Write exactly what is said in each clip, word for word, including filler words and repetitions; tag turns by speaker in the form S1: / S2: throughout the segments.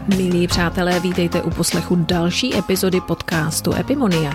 S1: Milí přátelé, vítejte u poslechu další epizody podcastu Epimoniak.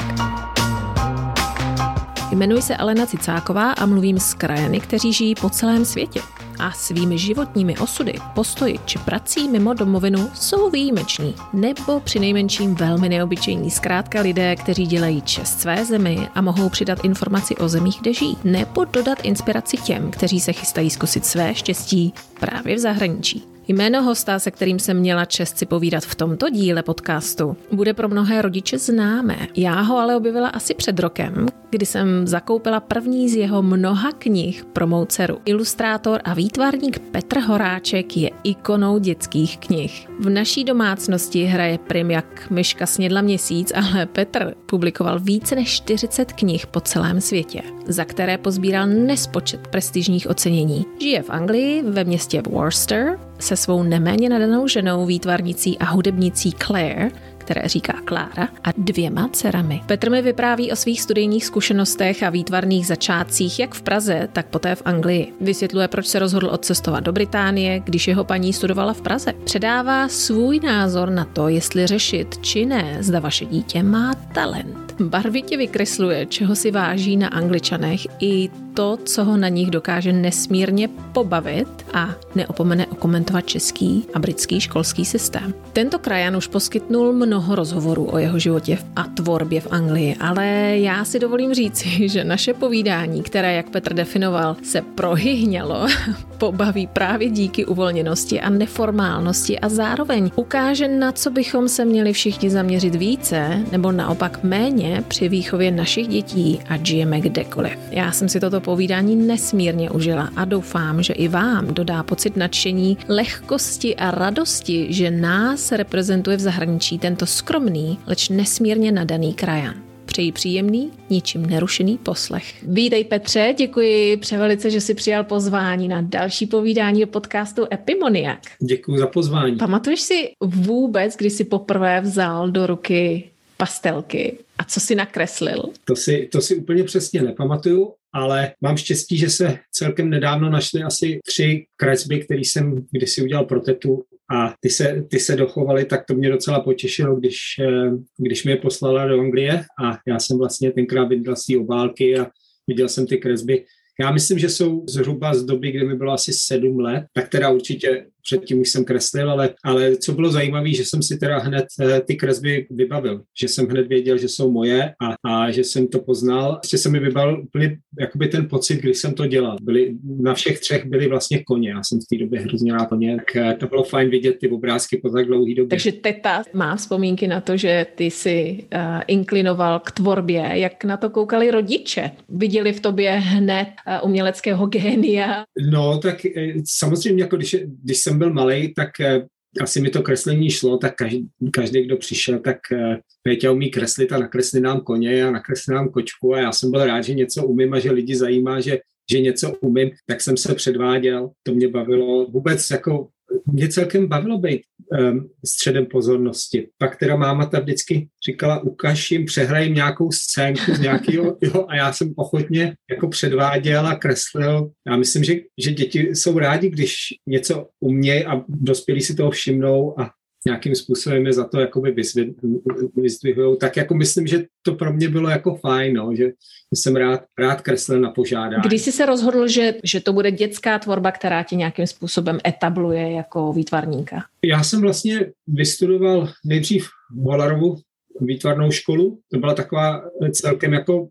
S1: Jmenuji se Alena Cicáková a mluvím s krajany, kteří žijí po celém světě. A svými životními osudy, postoji či prací mimo domovinu jsou výjimeční. Nebo přinejmenším velmi neobyčejní, zkrátka lidé, kteří dělají čest své zemi a mohou přidat informaci o zemích, kde žijí. Nebo dodat inspiraci těm, kteří se chystají zkusit své štěstí právě v zahraničí. Jméno hosta, se kterým jsem měla čest si povídat v tomto díle podcastu, bude pro mnohé rodiče známé. Já ho ale objevila asi před rokem, kdy jsem zakoupila první z jeho mnoha knih pro mou dceru. Ilustrátor a výtvarník Petr Horáček je ikonou dětských knih. V naší domácnosti hraje prim jak myška snědla měsíc, ale Petr publikoval více než čtyřicet knih po celém světě, za které pozbíral nespočet prestižních ocenění. Žije v Anglii, ve městě Worcester, se svou neméně nadanou ženou, výtvarnicí a hudebnicí Claire, které říká Klára, a dvěma dcerami. Petr mi vypráví o svých studijních zkušenostech a výtvarných začátcích jak v Praze, tak poté v Anglii. Vysvětluje, proč se rozhodl odcestovat do Británie, když jeho paní studovala v Praze. Předává svůj názor na to, jestli řešit či ne, zda vaše dítě má talent. Barvitě vykresluje, čeho si váží na Angličanech, i to, co ho na nich dokáže nesmírně pobavit, a neopomene okomentovat český a britský školský systém. Tento krajan už poskytnul mnoho rozhovorů o jeho životě a tvorbě v Anglii, ale já si dovolím říci, že naše povídání, které, jak Petr definoval, se prohyhnělo, pobaví právě díky uvolněnosti a neformálnosti a zároveň ukáže, na co bychom se měli všichni zaměřit více, nebo naopak méně při výchově našich dětí, ať žijeme kdekoliv. Já jsem si toto povídání nesmírně užila a doufám, že i vám dodá pocit nadšení, lehkosti a radosti, že nás reprezentuje v zahraničí tento skromný, leč nesmírně nadaný krajan. Přeji příjemný, ničím nerušený poslech. Vítej Petře, děkuji převelice, že jsi přijal pozvání na další povídání do podcastu Epimoniak.
S2: Děkuji za pozvání.
S1: Pamatuješ si vůbec, kdy jsi poprvé vzal do ruky pastelky a co jsi nakreslil?
S2: To si, to si úplně přesně nepamatuju, ale mám štěstí, že se celkem nedávno našly asi tři kresby, které jsem kdysi udělal pro tetu, a ty se, ty se dochovaly, tak to mě docela potěšilo, když, když mě je poslala do Anglie, a já jsem vlastně tenkrát viděl z té obálky a viděl jsem ty kresby. Já myslím, že jsou zhruba z doby, kdy mi bylo asi sedm let, tak teda určitě předtím už jsem kreslil, ale, ale co bylo zajímavé, že jsem si teda hned ty kresby vybavil, že jsem hned věděl, že jsou moje, a, a že jsem to poznal. Ještě jsem mi vybavil úplně jakoby ten pocit, když jsem to dělal. Byli, na všech třech byli vlastně koně, já jsem v té době hrozně rád koně, tak to bylo fajn vidět ty obrázky po tak dlouhý době.
S1: Takže teta má vzpomínky na to, že ty si uh, inklinoval k tvorbě, jak na to koukali rodiče? Viděli v tobě hned uh, uměleckého génia?
S2: No, tak samozřejmě, jako když, když jsem byl malej, tak asi mi to kreslení šlo, tak každý, každý kdo přišel, tak Péťa umí kreslit a nakreslí nám koně a nakreslí nám kočku, a já jsem byl rád, že něco umím a že lidi zajímá, že, že něco umím, tak jsem se předváděl, to mě bavilo. Vůbec jako mě celkem bavilo být um, středem pozornosti. Pak teda máma ta vždycky říkala, ukaž jim, přehraj jim nějakou scénku z nějakého, jo, a já jsem ochotně jako předváděl a kreslil. Já myslím, že, že děti jsou rádi, když něco umějí a dospělí si toho všimnou a nějakým způsobem je za to jakoby vyzdvihujou. Tak jako myslím, že to pro mě bylo jako fajn, no, že jsem rád, rád kreslil na požádání.
S1: Když jsi se rozhodl, že, že to bude dětská tvorba, která tě nějakým způsobem etabluje jako výtvarníka?
S2: Já jsem vlastně vystudoval nejdřív Holarovu výtvarnou školu. To byla taková celkem jako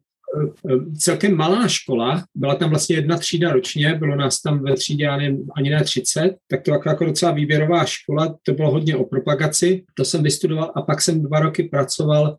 S2: celkem malá škola, byla tam vlastně jedna třída ročně, bylo nás tam ve třídě ani ne třicet, tak to jako docela výběrová škola, to bylo hodně o propagaci, to jsem vystudoval, a pak jsem dva roky pracoval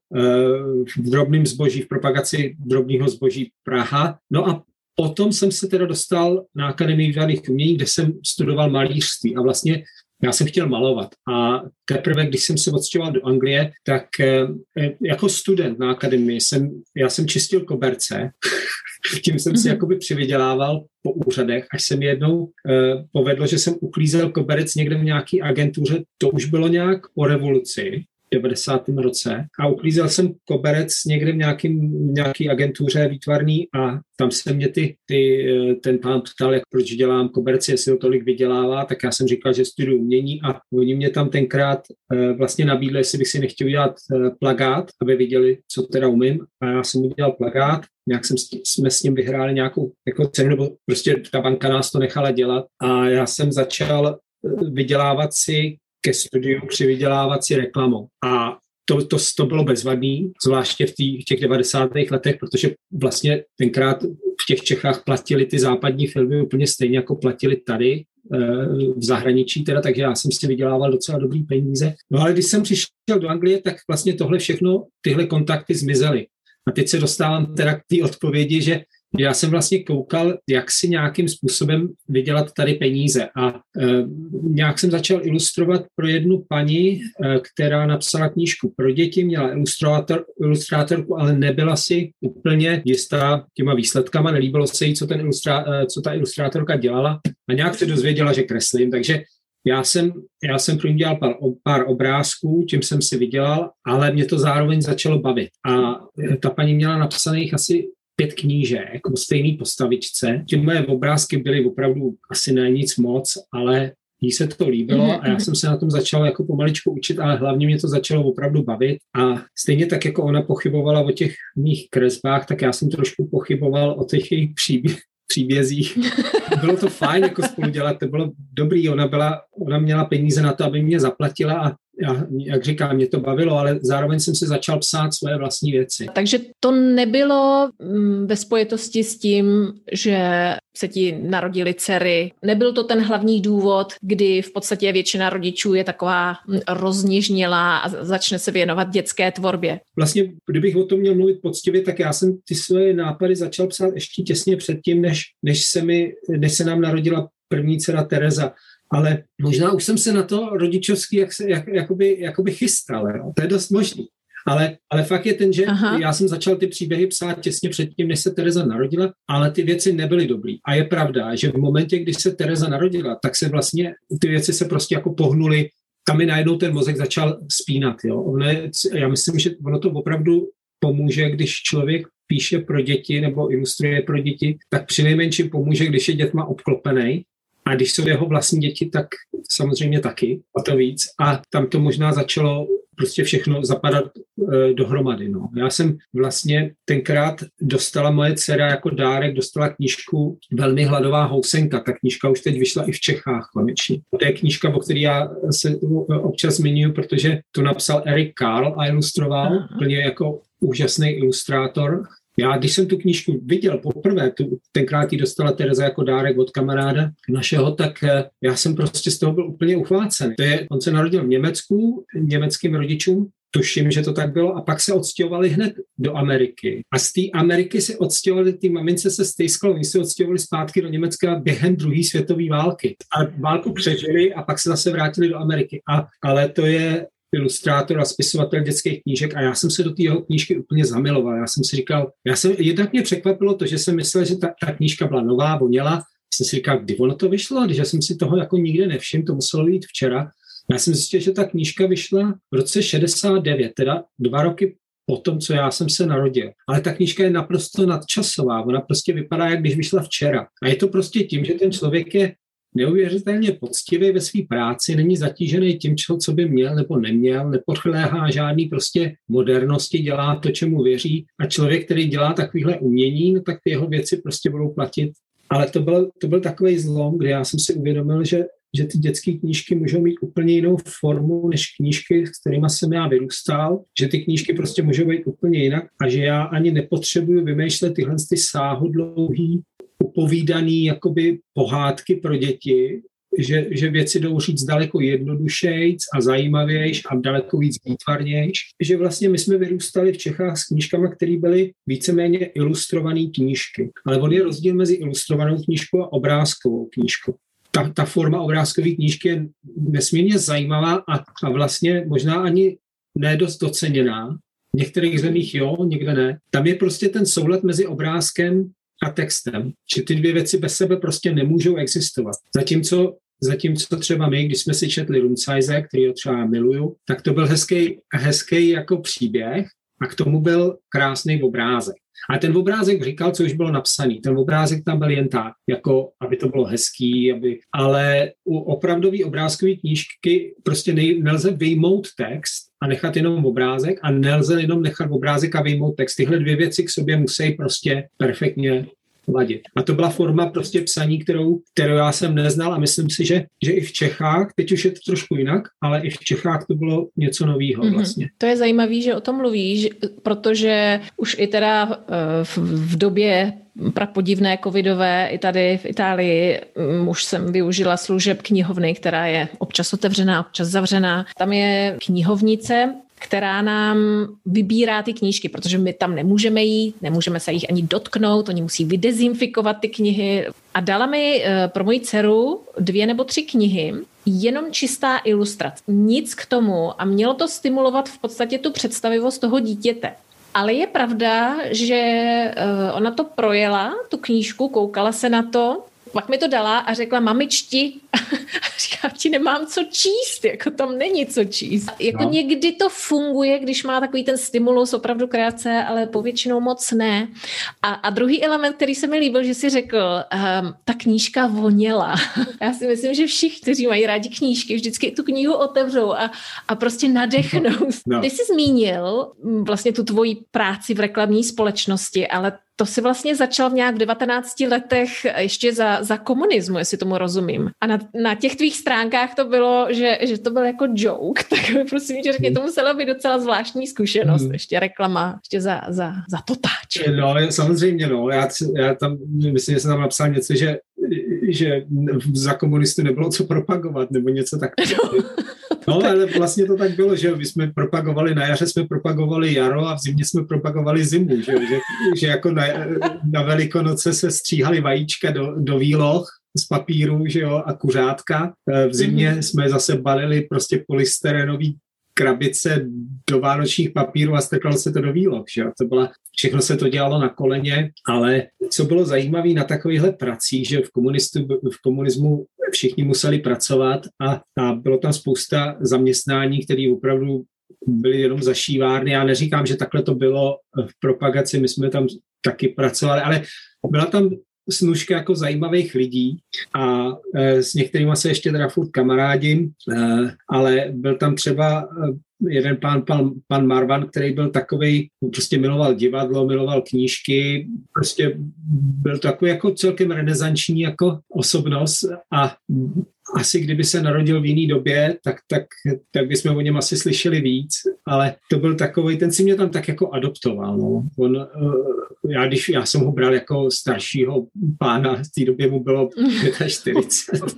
S2: v drobném zboží, v propagaci drobného zboží Praha. No a potom jsem se teda dostal na Akademii výtvarných umění, kde jsem studoval malířství, a vlastně já jsem chtěl malovat, a teprve, když jsem se odstěhoval do Anglie, tak jako student na akademii jsem, já jsem čistil koberce, tím jsem si jakoby přivydělával po úřadech, až se mi jednou eh, povedlo, že jsem uklízel koberec někde v nějaký agentuře, to už bylo nějak po revoluci. devadesátém roce a uklízel jsem koberec někde v nějakým, nějaký agentuře výtvarný a tam se mě ty, ty, ten pán ptal, jak proč dělám koberec, jestli ho tolik vydělává, tak já jsem říkal, že studuju umění a oni mě tam tenkrát vlastně nabídli, jestli bych si nechtěl udělat plakát, aby viděli, co teda umím a já jsem udělal plakát, nějak jsem, jsme s ním vyhráli nějakou jako cenu, nebo prostě ta banka nás to nechala dělat a já jsem začal vydělávat si ke studiu, přivydělávat si reklamou. A to, to, to bylo bezvadný, zvláště v, tý, v těch devadesátých letech, protože vlastně tenkrát v těch Čechách platili ty západní filmy úplně stejně, jako platili tady v zahraničí teda, takže já jsem si vydělával docela dobrý peníze. No ale když jsem přišel do Anglie, tak vlastně tohle všechno, tyhle kontakty zmizely. A teď se dostávám teda k té odpovědi, že já jsem vlastně koukal, jak si nějakým způsobem vydělat tady peníze a e, nějak jsem začal ilustrovat pro jednu paní, e, která napsala knížku pro děti, měla ilustrátor, ilustrátorku, ale nebyla si úplně jistá těma výsledkama, nelíbilo se jí, co, ten ilustrá, e, co ta ilustrátorka dělala a nějak se dozvěděla, že kreslím, takže já jsem, já jsem pro ní dělal pár, pár obrázků, tím jsem si vydělal, ale mě to zároveň začalo bavit a ta paní měla napsaných asi pět knížek o stejný postavičce. Ty moje obrázky byly opravdu asi ne nic moc, ale jí se to líbilo a já jsem se na tom začal jako pomaličku učit, ale hlavně mě to začalo opravdu bavit a stejně tak, jako ona pochybovala o těch mých kresbách, tak já jsem trošku pochyboval o těch jejich příběh, příbězích. Bylo to fajn jako spolu dělat, to bylo dobrý, ona, byla, ona měla peníze na to, aby mě zaplatila a já, jak říkám, mě to bavilo, ale zároveň jsem si začal psát svoje vlastní věci.
S1: Takže to nebylo ve spojitosti s tím, že se ti narodily dcery. Nebyl to ten hlavní důvod, kdy v podstatě většina rodičů je taková rozněžnělá a začne se věnovat dětské tvorbě.
S2: Vlastně, kdybych o tom měl mluvit poctivě, tak já jsem ty svoje nápady začal psát ještě těsně předtím, než, než, se, mi, než se nám narodila první dcera Tereza. Ale možná už jsem se na to rodičovský jak se, jak, jakoby, jakoby chystal. Jo? To je dost možný. Ale, ale fakt je ten, že Aha. já jsem začal ty příběhy psát těsně předtím, než se Tereza narodila, ale ty věci nebyly dobrý. A je pravda, že v momentě, kdy se Tereza narodila, tak se vlastně ty věci se prostě jako pohnuly, tam mi najednou ten mozek začal spínat. Jo? Ono je, já myslím, že ono to opravdu pomůže, když člověk píše pro děti nebo ilustruje pro děti, tak přinejmenším pomůže, když je dětma obklopený. A když jsou jeho vlastní děti, tak samozřejmě taky, a to víc. A tam to možná začalo prostě všechno zapadat e, dohromady. No. Já jsem vlastně tenkrát dostala, moje dcera jako dárek, dostala knížku Velmi hladová housenka. Ta knížka už teď vyšla i v Čechách konečně. To je knížka, o které já se občas zmiňuji, protože to napsal Eric Carle a ilustroval, úplně jako úžasný ilustrátor. Já, když jsem tu knížku viděl poprvé, tu, tenkrát ji dostala Tereza jako dárek od kamaráda našeho, tak já jsem prostě z toho byl úplně uchvácený. To je, on se narodil v Německu, německým rodičům, tuším, že to tak bylo, a pak se odstěhovali hned do Ameriky. A z té Ameriky se odstěhovali, ty mamince se stejskalo, oni se odstěhovali zpátky do Německa během druhé světové války. A válku přežili a pak se zase vrátili do Ameriky. A, ale to je ilustrátor a spisovatel dětských knížek a já jsem se do té jeho knížky úplně zamiloval. Já jsem si říkal, já jsem, jednak mě překvapilo to, že jsem myslel, že ta, ta knížka byla nová, voněla. Jsem si říkal, kdy ono to vyšlo, když jsem si toho jako nikde nevšiml, to muselo jít včera. Já jsem zjistil, že ta knížka vyšla v roce šedesát devět, teda dva roky po tom, co já jsem se narodil. Ale ta knížka je naprosto nadčasová, ona prostě vypadá, jak když vyšla včera. A je to prostě tím, že ten člověk je neuvěřitelně poctivý ve své práci, není zatížený tím, co by měl nebo neměl, nepodléhá žádný prostě modernosti, dělá to, čemu věří. A člověk, který dělá takovýhle umění, no tak ty jeho věci prostě budou platit. Ale to byl, to byl takový zlom, kdy já jsem si uvědomil, že, že ty dětské knížky můžou mít úplně jinou formu než knížky, s kterými jsem já vyrůstal, že ty knížky prostě můžou být úplně jinak a že já ani nepotřebuju vymýšlet tyhle ty sáhodlouhý, upovídaný jakoby pohádky pro děti, že, že věci jdou říct daleko jednodušejc a zajímavějš a daleko víc výtvarnějš. Že vlastně my jsme vyrůstali v Čechách s knížkami, které byly víceméně ilustrované knížky. Ale on je rozdíl mezi ilustrovanou knížkou a obrázkovou knížkou. Ta, ta forma obrázkové knížky je nesmírně zajímavá a, a vlastně možná ani ne dost doceněná. V některých zemích jo, někde ne. Tam je prostě ten soulad mezi obrázkem a textem, že ty dvě věci bez sebe prostě nemůžou existovat. Zatímco, zatímco třeba my, když jsme si četli Rundsize, který ho třeba miluju, tak to byl hezký, hezký jako příběh a k tomu byl krásný obrázek. A ten obrázek říkal, co už bylo napsaný. Ten obrázek tam byl jen tak, jako aby to bylo hezký, aby... ale u opravdový obrázkové knížky prostě nej, nelze vyjmout text a nechat jenom obrázek a nelze jenom nechat obrázek a vyjmout text. Tyhle dvě věci k sobě musí prostě perfektně ladit. A to byla forma prostě psaní, kterou, kterou já jsem neznal a myslím si, že, že i v Čechách, teď už je to trošku jinak, ale i v Čechách to bylo něco novýho vlastně.
S1: Mm-hmm. To je zajímavý, že o tom mluvíš, protože už i teda v, v době prapodivné covidové i tady v Itálii už jsem využila služeb knihovny, která je občas otevřená, občas zavřená. Tam je knihovnice, která nám vybírá ty knížky, protože my tam nemůžeme jít, nemůžeme se jich ani dotknout, oni musí vydezinfikovat ty knihy. A dala mi pro moji dceru dvě nebo tři knihy, jenom čistá ilustrace. Nic k tomu a mělo to stimulovat v podstatě tu představivost toho dítěte. Ale je pravda, že ona to projela, tu knížku, koukala se na to, pak mi to dala a řekla, mamičti, říkám ti, nemám co číst, jako tam není co číst. Jako no. Někdy to funguje, když má takový ten stimulus opravdu krátce, ale povětšinou moc ne. A, a druhý element, který se mi líbil, že si řekl, um, ta knížka voněla. Já si myslím, že všichni, kteří mají rádi knížky, vždycky tu knihu otevřou a, a prostě nadechnou. No. Ty jsi zmínil vlastně tu tvoji práci v reklamní společnosti, ale to si vlastně začal v nějak v devatenácti letech ještě za, za komunismu, jestli tomu rozumím. A na, na těch tvých stránkách to bylo, že, že to byl jako joke, tak mi prosím tě řekni, to musela být docela zvláštní zkušenost, hmm. ještě reklama, ještě za, za, za totáč.
S2: No, samozřejmě, no, já, já tam, myslím, že jsem tam napsal něco, že, že za komunistů nebylo co propagovat, nebo něco takového. No, tak. Ale vlastně to tak bylo, že my jsme propagovali, na jaře jsme propagovali jaro a v zimě jsme propagovali zimu, že, že, že jako na, na Velikonoce se stříhali vajíčka do, do výloh z papíru, že jo, a kuřátka. V zimě mm-hmm. jsme zase balili prostě polystyrenový krabice do vánočních papírů a strkalo se to do výloh, že jo. To byla, všechno se to dělalo na koleně, ale co bylo zajímavé na takovýchhle pracích, že v, komunistu, v komunismu všichni museli pracovat a, a bylo tam spousta zaměstnání, které opravdu byly jenom zašívárny. Já neříkám, že takhle to bylo v propagaci, my jsme tam taky pracovali, ale byla tam snůžka jako zajímavých lidí a e, s některými se ještě teda furt kamarádím, e, ale byl tam třeba e, jeden pán, pan, pan Marvan, který byl takovej, prostě miloval divadlo, miloval knížky, prostě byl takový jako celkem renesanční jako osobnost a asi kdyby se narodil v jiný době, tak, tak, tak bychom o něm asi slyšeli víc, ale to byl takovej, ten si mě tam tak jako adoptoval. No. On, já, když, já jsem ho bral jako staršího pána, v té době mu bylo čtyřicet pět.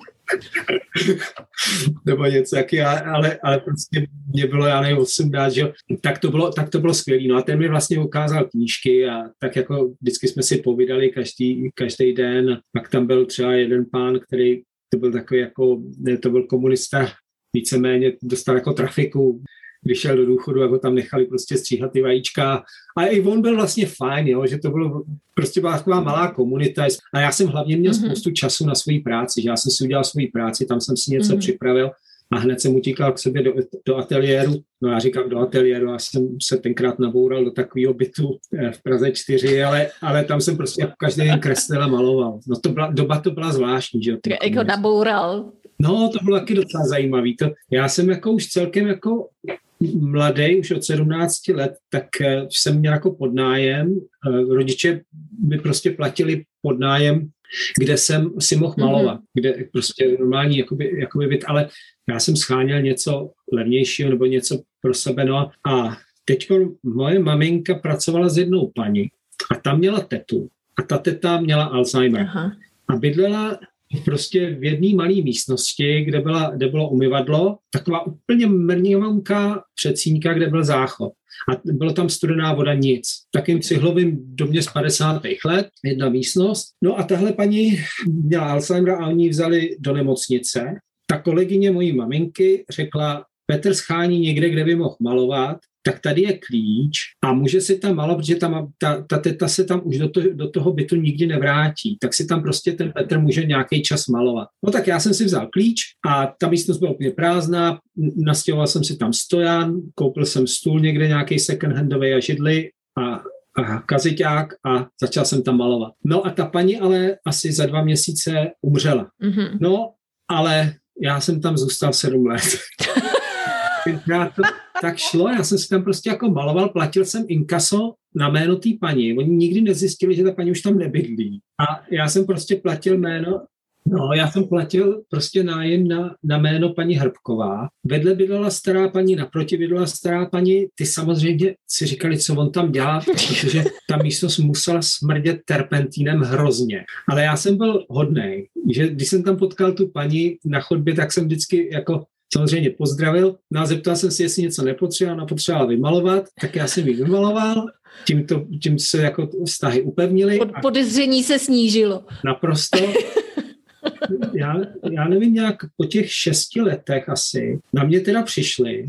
S2: Nebo něco taky, ale, ale prostě mě bylo, já nevím, osmdesát, že jo, tak to bylo, tak to bylo skvělý. No a ten mi vlastně ukázal knížky a tak jako vždycky jsme si povídali každý, každý den. Pak tam byl třeba jeden pán, který to byl takový jako, ne, to byl komunista, víceméně dostal jako trafiku, když šel do důchodu, jako tam nechali prostě stříhat ty vajíčka. A i on byl vlastně fajn, jo, že to bylo, prostě byla taková malá komunita. A já jsem hlavně měl mm-hmm. spoustu času na svoji práci, že já jsem si udělal svoji práci, tam jsem si něco mm-hmm. připravil a hned jsem utíkal k sobě do, do ateliéru. No já říkám do ateliéru, já jsem se tenkrát naboural do takového bytu v Praze čtyři, ale, ale tam jsem prostě každý den kreslil a maloval. No to byla, doba to byla zvláštní, že jo.
S1: Jak ho naboural?
S2: No, to bylo taky docela zajímavý. To, já jsem jako už celkem jako mladý, už od sedmnácti let, tak jsem měl jako podnájem. Rodiče by prostě platili podnájem, kde jsem si mohl malovat, mm-hmm. kde prostě normální jakoby, jakoby byt, ale já jsem scháněl něco levnějšího nebo něco pro sebe. No a teď moje maminka pracovala s jednou paní a ta měla tetu a ta teta měla Alzheimer. Aha. A bydlela prostě v jedné malé místnosti, kde, byla, kde bylo umyvadlo, taková úplně mrňovanká předsínka, kde byl záchod. A bylo tam studená voda, nic. Takým cihlovým domě z padesátých let, jedna místnost. No a tahle paní měla Alzheimer a oni ji vzali do nemocnice. Ta kolegyně mojí maminky řekla, Petr schání někde, kde by mohl malovat, tak tady je klíč a může si tam malovat, protože tam, ta, ta teta se tam už do, to, do toho bytu nikdy nevrátí, tak si tam prostě ten Petr může nějaký čas malovat. No tak já jsem si vzal klíč a ta místnost byla úplně prázdná, nastěhoval jsem si tam stojan, koupil jsem stůl někde nějaký second-handový a židli a a kaziťák a začal jsem tam malovat. No a ta paní ale asi za dva měsíce umřela. Mm-hmm. No, ale já jsem tam zůstal sedm let. to tak šlo, já jsem si tam prostě jako maloval, platil jsem inkaso na jméno té paní. Oni nikdy nezjistili, že ta paní už tam nebydlí. A já jsem prostě platil jméno, no já jsem platil prostě nájem na, na jméno paní Hrbková. Vedle bydlela stará paní, naproti bydlela stará paní. Ty samozřejmě si říkali, co on tam dělá, protože ta místnost musela smrdět terpentínem hrozně. Ale já jsem byl hodnej, že když jsem tam potkal tu paní na chodbě, tak jsem vždycky jako samozřejmě pozdravil. No a zeptal jsem si, jestli něco nepotřebovala, ona potřebovala vymalovat, tak já jsem ji vymaloval. Tím, to, tím se jako vztahy upevnily.
S1: Pod, podezření se snížilo.
S2: Naprosto. Já, já nevím, nějak po těch šesti letech asi na mě teda přišli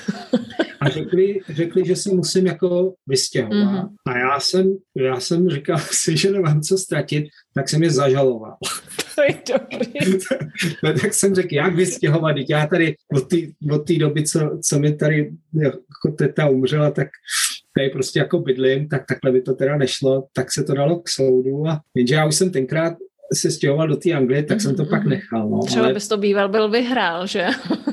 S2: a řekli, řekli, že se musím jako vystěhovat. Mm-hmm. A já jsem, já jsem říkal si, že nemám co ztratit, tak jsem je zažaloval.
S1: To je dobrý.
S2: Tak jsem řekl, jak vystěhovat, já tady od té doby, co, co mi tady jako teta umřela, tak tady prostě jako bydlím, tak takhle by to teda nešlo, tak se to dalo k soudu. A jenže já už jsem tenkrát se stěhoval do té Anglie, tak jsem to mm-hmm. pak nechal. No.
S1: Třeba ale... bys to býval byl vyhrál, že?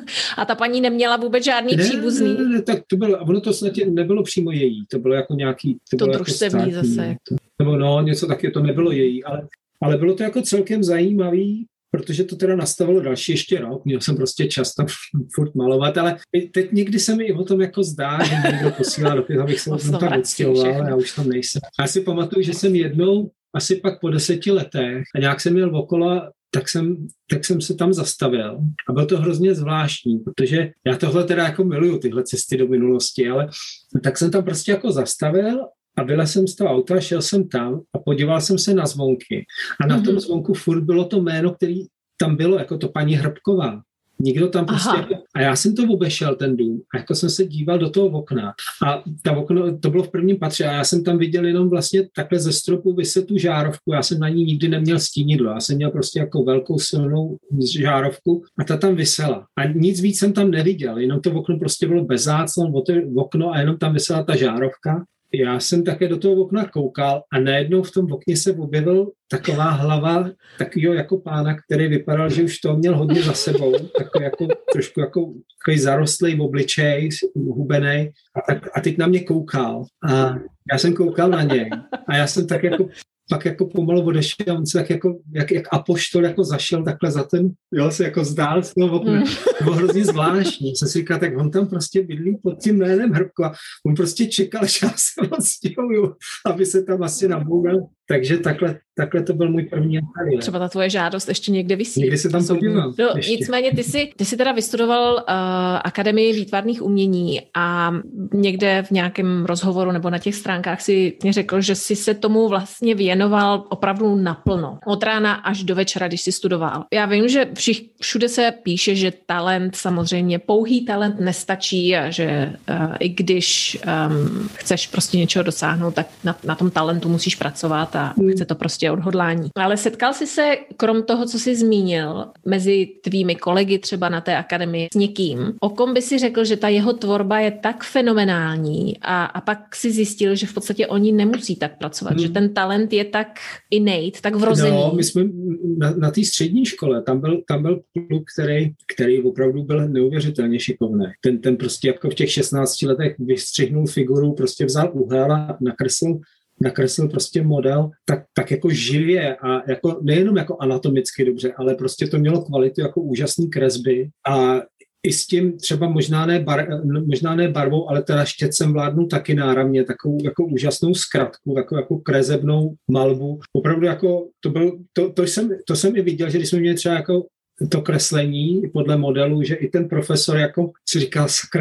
S1: A ta paní neměla vůbec žádný ne, příbuzný.
S2: Ne, ne, tak to bylo, ono to snad nebylo přímo její, to bylo jako nějaký...
S1: To,
S2: to
S1: družstevní jako zase.
S2: To, nebo no, něco taky, to nebylo její, ale, ale bylo to jako celkem zajímavý, protože to teda nastavilo další ještě rok, měl jsem prostě čas tam furt malovat, ale teď někdy se mi i o tom jako zdá, že někdo posílá dopis, abych se o tam odstěhoval, já už tam nejsem. Já si pamatuju, že jsem jednou asi pak po deseti letech a nějak jsem měl okolo, tak jsem, tak jsem se tam zastavil a bylo to hrozně zvláštní, protože já tohle teda jako miluju, tyhle cesty do minulosti, ale tak jsem tam prostě jako zastavil a vylez jsem z toho auta, šel jsem tam a podíval jsem se na zvonky a na mm-hmm. tom zvonku furt bylo to jméno, který tam bylo, jako to paní Hrbková. Nikdo tam prostě... Jako, a já jsem to obešel, ten dům, a jako jsem se díval do toho okna. A ta okno, to bylo v prvním patře a já jsem tam viděl jenom vlastně takhle ze stropu vyset tu žárovku. Já jsem na ní nikdy neměl stínidlo. Já jsem měl prostě jako velkou silnou žárovku a ta tam visela. A nic víc jsem tam neviděl, jenom to okno prostě bylo bez záclon, okno a jenom tam visela ta žárovka. Já jsem také do toho okna koukal a najednou v tom okně se objevil taková hlava takového jako pána, který vypadal, že už to měl hodně za sebou, takový jako, trošku jako takový zarostlý obličej, hubenej a, tak, a teď na mě koukal a já jsem koukal na něj a já jsem tak jako pak jako pomalu odešel, on se tak jako, jak, jak apoštol jako zašel takhle za ten, jo, se jako zdál z toho okna. Mm. To bylo hrozně zvláštní. Jsem si říkal, tak on tam prostě bydlí pod tím jménem Hrbko. On prostě čekal, že já se odstěhuju, aby se tam asi naboural. Takže takhle, takhle to byl můj první ateliér.
S1: Třeba ta tvoje žádost ještě někde visí.
S2: Někdy se tam podívám.
S1: No, nicméně ty jsi, ty jsi teda vystudoval uh, Akademii výtvarných umění a někde v nějakém rozhovoru nebo na těch stránkách si mě řekl, že jsi se tomu vlastně věnoval opravdu naplno. Od rána až do večera, když jsi studoval. Já vím, že všich, všude se píše, že talent, samozřejmě pouhý talent nestačí a že uh, i když um, chceš prostě něčeho dosáhnout, tak na, na tom talentu musíš pracovat a chce to prostě odhodlání. Ale setkal jsi se, krom toho, co jsi zmínil, mezi tvými kolegy třeba na té akademii s někým, o kom by si řekl, že ta jeho tvorba je tak fenomenální a, a pak si zjistil, že v podstatě oni nemusí tak pracovat, hmm. že ten talent je tak innate, tak vrozený.
S2: No, my jsme na, na té střední škole, tam byl, tam byl kluk, který, který opravdu byl neuvěřitelně šikovný. Ten, ten prostě jako v těch šestnácti letech vystřihnul figuru, prostě vzal úhel a nakreslil nakreslil prostě model, tak, tak jako živě a jako nejenom jako anatomicky dobře, ale prostě to mělo kvalitu jako úžasný kresby a i s tím třeba možná ne, bar, možná ne barvou, ale teda štětcem vládnu taky náramně, takovou jako úžasnou zkratku, takovou jako kresebnou malbu. Opravdu jako to byl, to, to, jsem, to jsem i viděl, že když jsme měli třeba jako to kreslení podle modelu, že i ten profesor jako si říkal, sakra,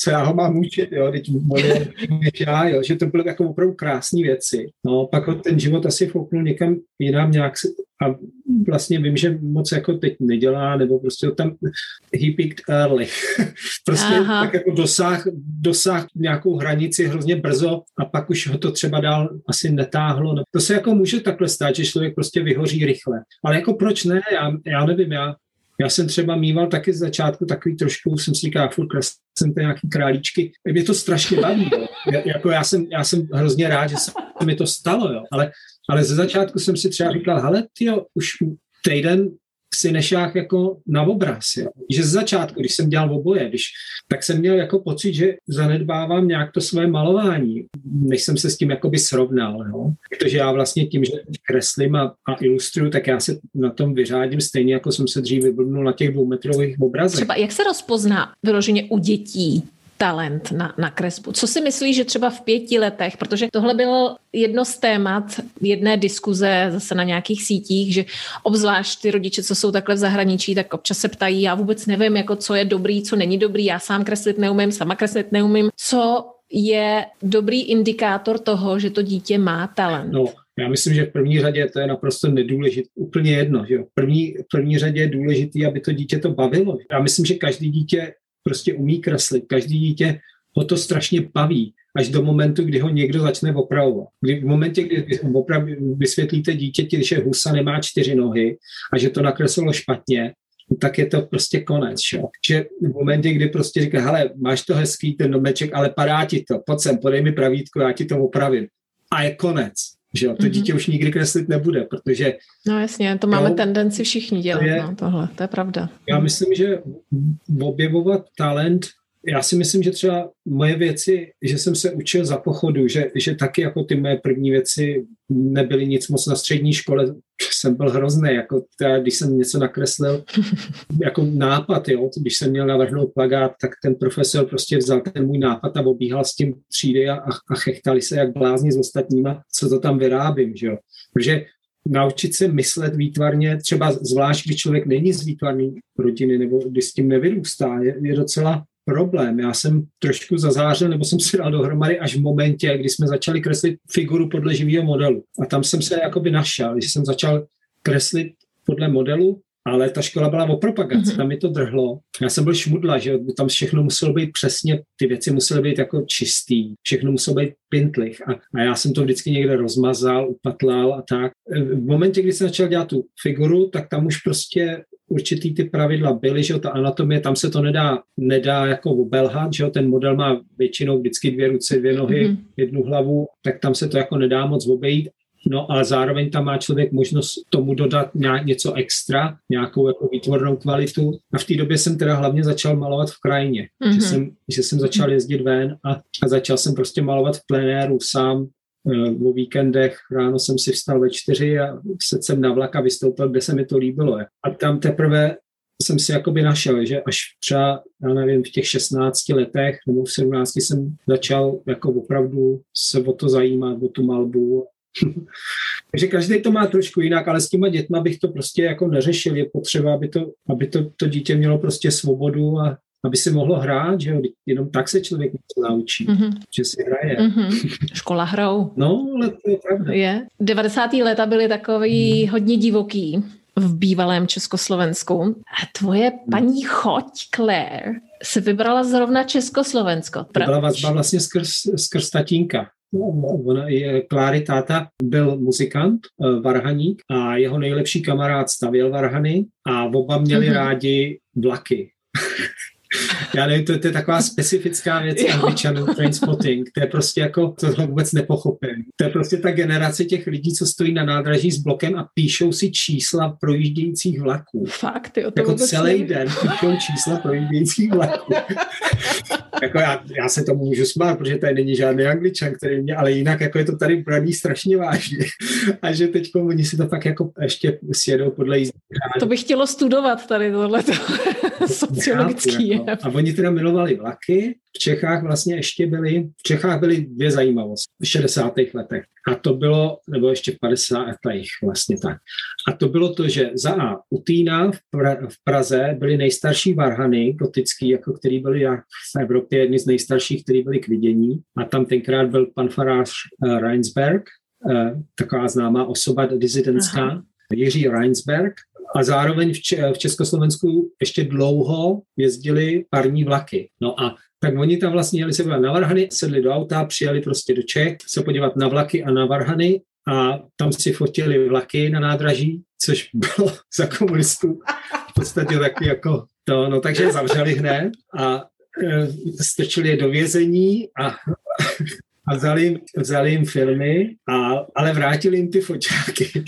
S2: co já ho mám učit, jo, teď moje, já, jo, že to byly jako opravdu krásné věci. No, pak ten život asi fouknul někam jinam nějak a vlastně vím, že moc jako teď nedělá, nebo prostě tam he peaked early. prostě Aha. tak jako dosáh, dosáh nějakou hranici hrozně brzo a pak už ho to třeba dál asi netáhlo. To se jako může takhle stát, že člověk prostě vyhoří rychle. Ale jako proč ne? Já, já nevím, já Já jsem třeba mýval taky z začátku takový trošku, jsem si říkal, furt jsem to nějaký králíčky. Mě to strašně baví. Já, jako já, jsem, já jsem hrozně rád, že se mi to stalo. Jo. Ale, ale ze začátku jsem si třeba říkal, hele, tyjo, už týden si nešách jako na obraz. Jo. Že z začátku, když jsem dělal oboje, když, tak jsem měl jako pocit, že zanedbávám nějak to své malování, než jsem se s tím jakoby srovnal. Jo. Protože já vlastně tím, že kreslím a, a ilustruju, tak já se na tom vyřádím stejně, jako jsem se dřív vyblbnul na těch dvoumetrových obrazech.
S1: Třeba jak se rozpozná vyloženě u dětí talent na, na kresbu? Co si myslíš, že třeba v pěti letech, protože tohle bylo jedno z témat jedné diskuze zase na nějakých sítích, že obzvlášť ty rodiče, co jsou takhle v zahraničí, tak občas se ptají, já vůbec nevím, jako co je dobrý, co není dobrý, já sám kreslit neumím, sama kreslit neumím. Co je dobrý indikátor toho, že to dítě má talent?
S2: No. Já myslím, že v první řadě to je naprosto nedůležité, úplně jedno. Že jo? V první, v první řadě je důležité, aby to dítě to bavilo. Já myslím, že každý dítě prostě umí kreslit, každý dítě ho to strašně baví, až do momentu, kdy ho někdo začne opravovat. Kdy, v momentě, kdy oprav, vysvětlíte dítěti, že husa nemá čtyři nohy a že to nakreslilo špatně, tak je to prostě konec. Šo? Že v momentě, kdy prostě říká, hele, máš to hezký, ten domeček, ale padá ti to, pojď sem, podej mi pravítko, já ti to opravím. A je konec. Že jo? To dítě mm-hmm. už nikdy kreslit nebude, protože...
S1: No jasně, to máme jo, tendenci všichni dělat, je, no, tohle, to je pravda.
S2: Já myslím, že objevovat talent, já si myslím, že třeba moje věci, že jsem se učil za pochodu, že, že taky jako ty moje první věci nebyly nic moc na střední škole, jsem byl hrozný, jako teda, když jsem něco nakreslil, jako nápad, jo, když jsem měl navrhnout plakát, tak ten profesor prostě vzal ten můj nápad a obíhal s tím třídy a, a chechtali se jak blázni s ostatníma, co to tam vyrábím, že jo. Protože naučit se myslet výtvarně, třeba zvlášť, když člověk není z výtvarné rodiny nebo když s tím nevyrůstá, je, je docela problém. Já jsem trošku zazářil, nebo jsem si dal dohromady až v momentě, kdy jsme začali kreslit figuru podle živého modelu. A tam jsem se jakoby našel, že jsem začal kreslit podle modelu, ale ta škola byla o propagaci, tam mi to drhlo. Já jsem byl šmudla, že tam všechno muselo být přesně, ty věci musely být jako čistý, všechno muselo být pintlich a, a já jsem to vždycky někde rozmazal, upatlal a tak. V momentě, kdy jsem začal dělat tu figuru, tak tam už prostě určitý ty pravidla byly, že ta anatomie, tam se to nedá, nedá jako obelhat, že ten model má většinou vždycky dvě ruce, dvě nohy, mm-hmm. jednu hlavu, tak tam se to jako nedá moc obejít. No ale zároveň tam má člověk možnost tomu dodat něco extra, nějakou jako výtvornou kvalitu. A v té době jsem teda hlavně začal malovat v krajině. Mm-hmm. Že, jsem, že jsem začal jezdit ven a, a začal jsem prostě malovat v plenéru sám e, o víkendech. Ráno jsem si vstal ve čtyři a sedl jsem na vlak a vystoupil, kde se mi to líbilo. A tam teprve jsem si jakoby našel, že až třeba, já nevím, v těch šestnácti letech nebo v sedmnácti jsem začal jako opravdu se o to zajímat, o tu malbu. Takže každý to má trošku jinak, ale s těma dětma bych to prostě jako neřešil. Je potřeba, aby to, aby to, to dítě mělo prostě svobodu a aby si mohlo hrát, že jo? Jenom tak se člověk něco naučí, mm-hmm. že si hraje.
S1: Mm-hmm. Škola hrou.
S2: No, ale to je pravda.
S1: Je. devadesátá léta byly takový mm. hodně divoký v bývalém Československu. A tvoje paní choť Claire se vybrala zrovna Československo.
S2: To byla vazba vlastně skrz, skrz tatínka. Ona je, Kláry táta byl muzikant, varhaník a jeho nejlepší kamarád stavěl varhany a oba měli mm-hmm. rádi vlaky. Já nevím, to, to je taková specifická věc Angličanů, Trainspotting, to je prostě jako, to vůbec nepochopím. To je prostě ta generace těch lidí, co stojí na nádraží s blokem a píšou si čísla projíždějících vlaků.
S1: Fakt, jo, to
S2: jako celý nevím. Den píšou čísla projíždějících vlaků. Jako já, já se tomu můžu smát, protože tady není žádný Angličan, který mě, ale jinak jako je to tady braný strašně vážně. A že teď oni si to tak jako ještě sjedou podle jízdy.
S1: To bych chtělo studovat tady tohleto sociologický.
S2: Jako. A oni teda milovali vlaky v Čechách vlastně ještě byly, v Čechách byly dvě zajímavosti v šedesátých letech. A to bylo, nebo ještě v padesátých vlastně tak. A to bylo to, že za A u Týna v, pra, v Praze byly nejstarší varhany gotický, jako který byly v Evropě jedny z nejstarších, který byly k vidění. A tam tenkrát byl pan farář uh, Reinsberg, uh, taková známá osoba disidentská, Aha. Jiří Reinsberg. A zároveň v, Č- v Československu ještě dlouho jezdili parní vlaky. No a tak oni tam vlastně jeli se na varhany, sedli do auta, přijeli prostě do Čech, se podívat na vlaky a na varhany a tam si fotili vlaky na nádraží, což bylo za komunistů v podstatě taky jako to, no takže je zavřeli hned a e, strčili je do vězení a, a vzali, jim, vzali jim filmy, a, ale vrátili jim ty foťáky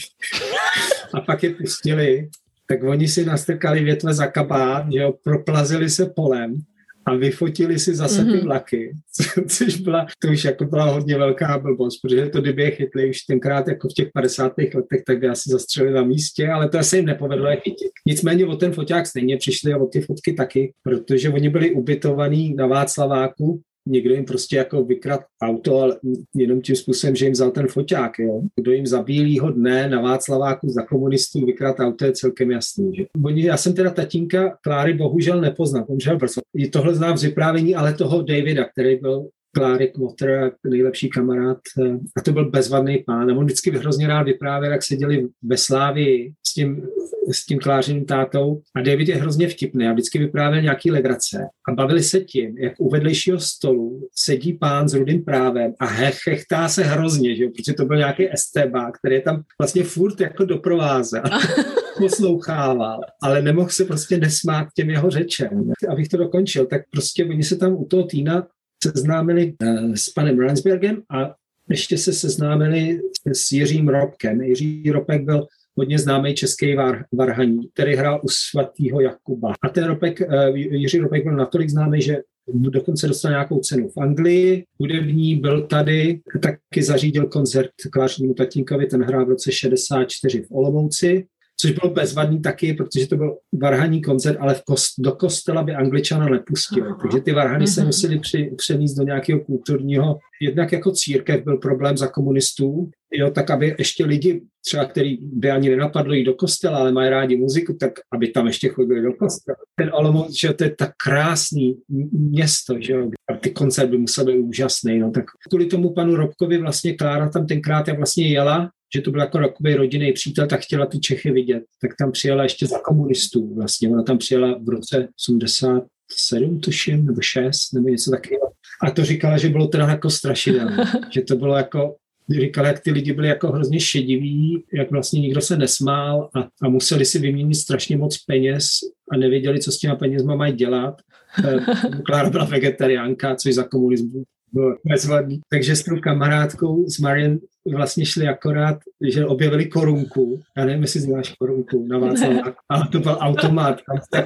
S2: a pak je pustili, tak oni si nastrkali větve za kabát, že jo, proplazili se polem a vyfotili si zase mm-hmm. ty vlaky, což byla, to už jako byla hodně velká blbost, protože to kdyby je chytli už tenkrát jako v těch padesátých letech, tak by asi zastřelili na místě, ale to se jim nepovedlo je chytit. Nicméně o ten foťák stejně přišli a o ty fotky taky, protože oni byli ubytovaní na Václaváku, někdo jim prostě jako vykrat auto, ale jenom tím způsobem, že jim vzal ten foťák, jo. Kdo jim za bílýho dne na Václaváku za komunistů vykrat auto, je celkem jasný, že. Oni, já jsem teda tatínka Kláry bohužel nepoznal, pomřel brzo. I tohle znám z vyprávění, ale toho Davida, který byl Kláry Kmotter, nejlepší kamarád, a to byl bezvadný pán. A on vždycky hrozně rád vyprávěl, jak seděli ve Slávii s tím, s tím Klářiným tátou. A David je hrozně vtipný a vždycky vyprávěl nějaký legrace. A bavili se tím, jak u vedlejšího stolu sedí pán s rudým právem a hechtá se hrozně, že? Protože to byl nějaký estébák, který je tam vlastně furt jako doprovázel. Poslouchával, ale nemohl se prostě nesmát těm jeho řečem. Abych to dokončil, tak prostě oni se tam u toho Týna seznámili uh, s panem Reinsbergem a ještě se seznámili s Jiřím Robkem. Jiří Robek byl hodně známý český var, varhaní, který hrál u svatýho Jakuba. A ten Robek, uh, Jiří Robek byl natolik známý, že dokonce dostal nějakou cenu v Anglii. Hudební byl tady, taky zařídil koncert Klářinímu tatínkovi, ten hrál v roce šedesát čtyři v Olomouci, což bylo bezvadný taky, protože to byl varhaní koncert, ale v kost, do kostela by Angličana nepustili. Takže ty varhany se museli při, přenést do nějakého kulturního, jednak jako církev byl problém za komunistů, jo, tak aby ještě lidi, třeba který by ani nenapadlo jít do kostela, ale mají rádi muziku, tak aby tam ještě chodili do kostela. Ten Olomouc, že to je tak krásný město, že jo, a ty koncert by musel být úžasný, no, tak kvůli tomu panu Robkovi vlastně Klára tam tenkrát vlastně jela, že to byl jako takový rodinný přítel, tak chtěla ty Čechy vidět. Tak tam přijela ještě za komunistů vlastně. Ona tam přijela v roce osmdesát sedm, tuším, nebo šest, nebo něco takového. A to říkala, že bylo teda jako strašidelné. Že to bylo jako, říkala, jak ty lidi byli jako hrozně šediví, jak vlastně nikdo se nesmál a, a museli si vyměnit strašně moc peněz a nevěděli, co s těma penězma mají dělat. Klára byla vegetariánka, což za komunismu bylo bezvadný. Takže s tou kamarádkou, s Marian, vlastně šli akorát, že objevili korunku. Já nevím, jestli znáš korunku na Václavák, ale to byl automat.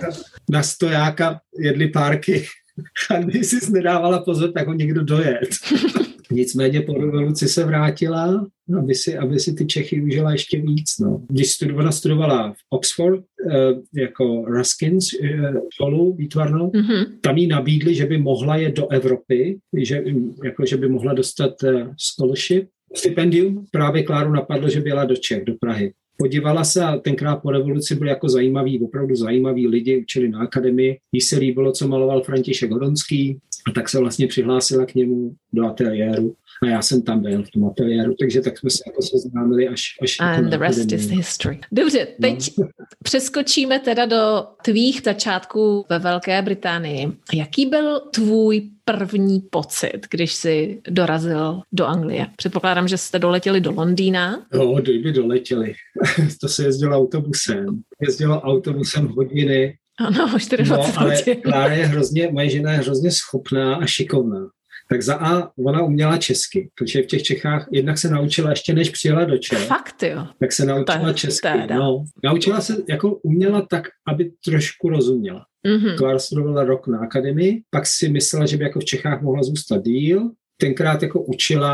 S2: Na stojáka jedli párky a když jsi nedávala pozor, tak ho někdo dojet. Nicméně po revoluci se vrátila, aby si, aby si ty Čechy užila ještě víc. No. Když studovala, studovala v Oxford eh, jako Ruskins eh, školu výtvarnou, mm-hmm. tam jí nabídli, že by mohla jet do Evropy, že, jako, že by mohla dostat eh, scholarship, stipendium. Právě Kláru napadlo, že by jela do Čech, do Prahy. Podívala se a tenkrát po revoluci byli jako zajímaví, opravdu zajímaví lidi, učili na akademii. Jí se líbilo, co maloval František Hodonský, a tak se vlastně přihlásila k němu do ateliéru. A já jsem tam byl v tom ateliéru, takže tak jsme se jako seznámili až... až
S1: And the rest is history. Dobře, teď no. přeskočíme teda do tvých začátků ve Velké Británii. Jaký byl tvůj první pocit, když jsi dorazil do Anglie? Předpokládám, že jste doletěli do Londýna.
S2: No, kdyby doletěli. To se jezdilo autobusem. Jezdilo autobusem hodiny.
S1: Ano, dvacet čtyři
S2: no, ale
S1: hodin.
S2: Klára je hrozně, moje žena je hrozně schopná a šikovná. Tak za A ona uměla česky, protože v těch Čechách jednak se naučila ještě než přijela do Čech.
S1: Fakt jo.
S2: Tak se naučila česky. No, naučila se, jako uměla tak, aby trošku rozuměla. Mm-hmm. Klára studovala rok na akademii, pak si myslela, že by jako v Čechách mohla zůstat díl. Tenkrát jako učila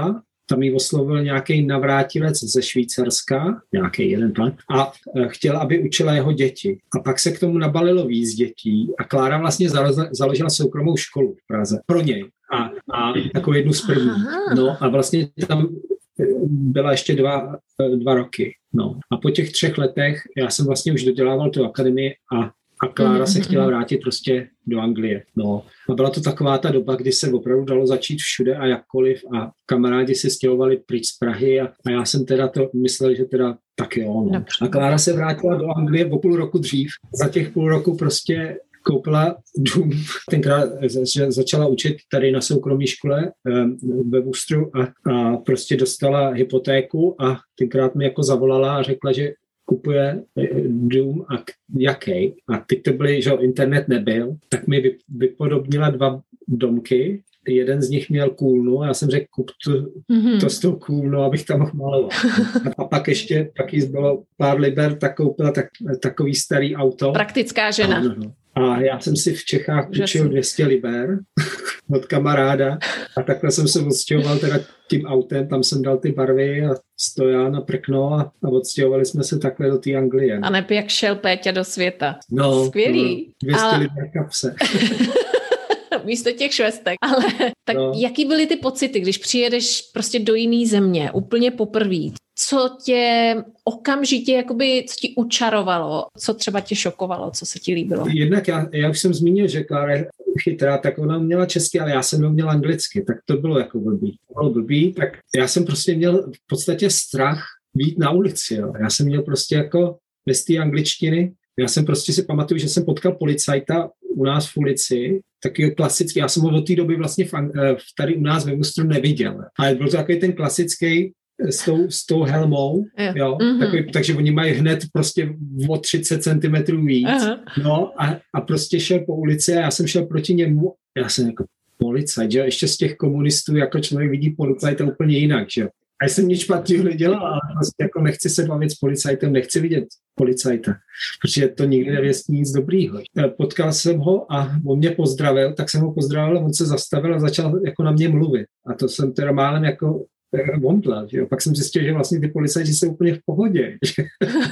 S2: tam jí oslovil nějaký navrátilec ze Švýcarska, nějaký jeden pan, a chtěl, aby učila jeho děti. A pak se k tomu nabalilo víc dětí a Klára vlastně založila soukromou školu v Praze pro něj. A, a jako jednu z prvních. No a vlastně tam byla ještě dva, dva roky. No. A po těch třech letech já jsem vlastně už dodělával tu akademii a A Klára se chtěla vrátit prostě do Anglie. No. A byla to taková ta doba, kdy se opravdu dalo začít všude a jakkoliv a kamarádi se stěhovali pryč z Prahy a, a já jsem teda to myslel, že teda tak jo. No. A Klára se vrátila do Anglie o půl roku dřív. Za těch půl roku prostě koupila dům. Tenkrát začala učit tady na soukromé škole ve Worcesteru a, a prostě dostala hypotéku a tenkrát mi jako zavolala a řekla, že kupuje dům a jaký. A teď to byly, že internet nebyl, tak mi vypodobnila dva domky. Jeden z nich měl kůlnu a já jsem řekl, kup to, mm-hmm. to s tou kůlnou, abych tam mohl malovat. A pak ještě, pak jí zbylo pár liber, tak koupila tak, takový starý auto.
S1: Praktická žena.
S2: No, no. A já jsem si v Čechách učil dvě stě liber od kamaráda a takhle jsem se odstěhoval teda tím autem, tam jsem dal ty barvy a stojan a prkno a, a odstěhovali jsme se takhle do té Anglie.
S1: A neb jak šel Péťa do světa.
S2: No,
S1: skvělý.
S2: No, dvě stě
S1: ale...
S2: liber kapse.
S1: Místo těch švestek. Ale tak no. Jaký byly ty pocity, když přijedeš prostě do jiné země, úplně poprvé? Co tě okamžitě, jakoby, co ti učarovalo? Co třeba tě šokovalo? Co se ti líbilo?
S2: Jednak já, já už jsem zmínil, že Klára je chytrá, tak ona měla česky, ale já jsem měl anglicky, tak to bylo jako blbý. Bylo blbý, tak já jsem prostě měl v podstatě strach vyjít na ulici. Jo. Já jsem měl prostě jako bez té angličtiny. Já jsem prostě si pamatuju, že jsem potkal policajta u nás v ulici, taky klasický, já jsem ho od té doby vlastně v, tady u nás ve Worcesteru neviděl. Ale byl to takový ten klasický s tou, s tou helmou, jo, jo mm-hmm. takový, takže oni mají hned prostě o třicet centimetrů víc. Uh-huh. No a, a prostě šel po ulici a já jsem šel proti němu, já jsem jako policajt, že ještě z těch komunistů jako člověk vidí policajta úplně jinak, že a jsem nic špatného nedělal, ale prostě jako nechci se bavit s policajtem, nechci vidět policajta, protože to nikdy nevěstí nic dobrýho. Potkal jsem ho a on mě pozdravil, tak jsem ho pozdravil a on se zastavil a začal jako na mě mluvit. A to jsem teda málem jako vondla, že jo. Pak jsem zjistil, že vlastně ty policajti jsou úplně v pohodě, že,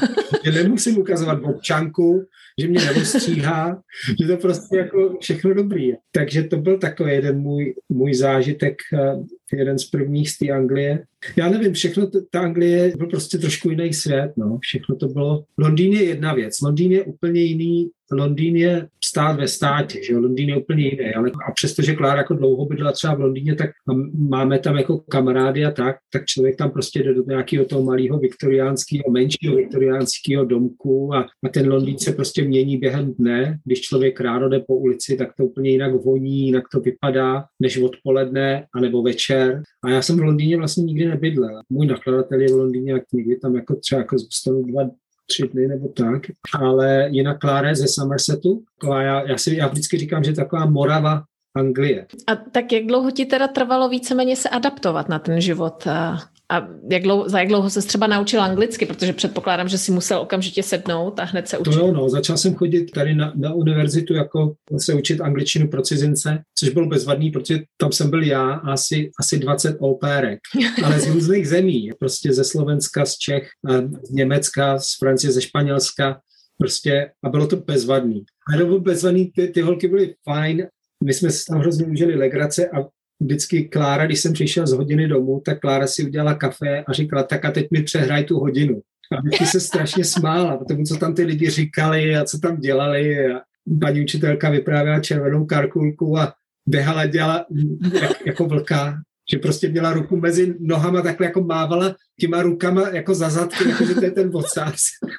S2: že nemusím ukazovat občanku, že mě neostříhá, že to prostě jako všechno dobrý. Takže to byl takový jeden můj, můj zážitek, jeden z prvních z té Anglie. Já nevím, všechno, t- ta Anglie byl prostě trošku jiný svět, no. Všechno to bylo. Londýn je jedna věc, Londýn je úplně jiný, Londýn je stát ve státě, že jo, Londýn je úplně jiný, ale a přestože Klára jako dlouho bydlela třeba v Londýně, tak máme tam jako kamarády a tak, tak člověk tam prostě jde do nějakého toho malého viktoriánského, menšího viktoriánského domku a, a ten Londýn se prostě mění během dne. Když člověk ráno jde po ulici, tak to úplně jinak voní, jinak to vypadá, než odpoledne anebo večer. A já jsem v Londýně vlastně nikdy nebydlel. Můj nakladatel je v Londýně, jak někdy tam jako třeba jako zůstanu dva tři dny nebo tak, ale jinak Klára ze Somersetu, já, já, si, já vždycky říkám, že taková Morava Anglie.
S1: A tak jak dlouho ti teda trvalo víceméně se adaptovat na ten život? A, a jak dlouho, za jak dlouho ses třeba naučil anglicky? Protože předpokládám, že si musel okamžitě sednout a hned se učit.
S2: To jo, no, začal jsem chodit tady na, na univerzitu jako se učit angličtinu pro cizince, což bylo bezvadný, protože tam jsem byl já a asi, asi dvacet opérek, ale z různých zemí, prostě ze Slovenska, z Čech, z Německa, z Francie, ze Španělska, prostě a bylo to bezvadný. A to bylo bezvadný, ty, ty holky byly fajn, my jsme tam hrozně užili legrace a vždycky Klára, když jsem přišel z hodiny domů, tak Klára si udělala kafe a říkala, tak a teď mi přehraj tu hodinu. A vždycky se strašně smála, protože co tam ty lidi říkali a co tam dělali. A paní učitelka vyprávěla červenou karkulku a běhala, dělala jak, jako vlka, že prostě měla ruku mezi nohama, takhle jako mávala těma rukama jako za zadky, jako že to je ten vocář.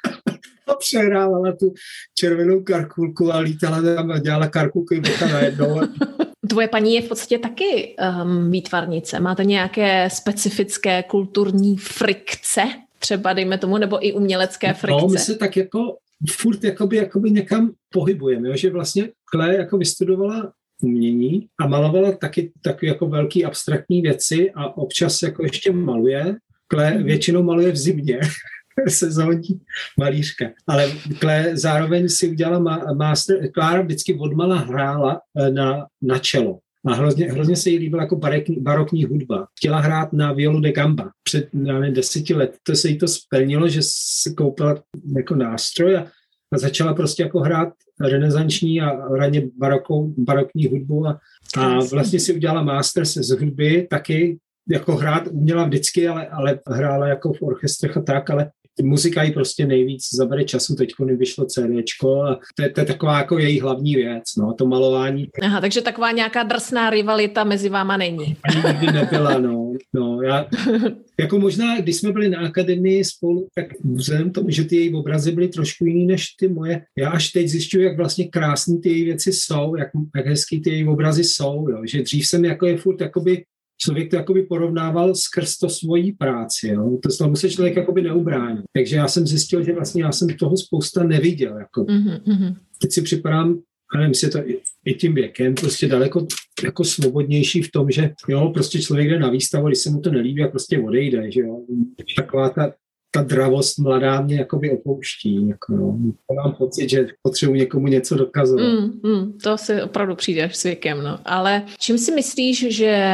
S2: A přehrávala tu červenou karkulku a lítala tam a dělala karkulku i vlka najednou.
S1: Tvoje paní je v podstatě taky um, výtvarnice. Máte nějaké specifické kulturní frikce, třeba dejme tomu, nebo i umělecké frikce?
S2: No, my se tak jako furt jakoby, jakoby někam pohybujeme, jo? Že vlastně Klé jako vystudovala umění a malovala taky taky jako velký abstraktní věci a občas jako ještě maluje. Klé většinou maluje v zimě. Sezónní malířka. Ale Klé zároveň si udělala master, Klára vždycky odmala hrála na, na čelo. a hrozně, hrozně se jí líbila jako barokní, barokní hudba. Chtěla hrát na violu de gamba. Před nevím, deseti let to se jí to splnilo, že se koupila jako nástroj a, a začala prostě jako hrát renesanční a raně barokou, barokní hudbu a, a vlastně si udělala master se z hudby taky, jako hrát uměla vždycky, ale, ale hrála jako v orchestrech a tak, ale muzika jí prostě nejvíc zabere času, teďko nevyšlo CDčko a to je, to je taková jako její hlavní věc, no, to malování.
S1: Aha, takže taková nějaká drsná rivalita mezi váma není.
S2: Ani nikdy nebyla, no, no, já, jako možná, když jsme byli na akademii spolu, tak vzhledem tomu, že ty její obrazy byly trošku jiný než ty moje, já až teď zjišťuji, jak vlastně krásný ty její věci jsou, jak, jak hezký ty její obrazy jsou, jo, že dřív jsem jako je furt jakoby člověk to jakoby porovnával skrz to svojí práci, jo? To tomu se člověk jakoby neubránil. Takže já jsem zjistil, že vlastně já jsem toho spousta neviděl. Jako. Mm-hmm. Teď si připadám, a nevím, si to i, i tím věkem, prostě daleko jako svobodnější v tom, že jo, prostě člověk jde na výstavu, když se mu to nelíbí, a prostě odejde, že jo. Taková ta, ta dravost mladá mě jakoby opouští. Jako, no. Mám pocit, že potřebuji někomu něco dokazovat.
S1: Mm, mm, to si opravdu přijde s věkem, no. Ale čím si myslíš, že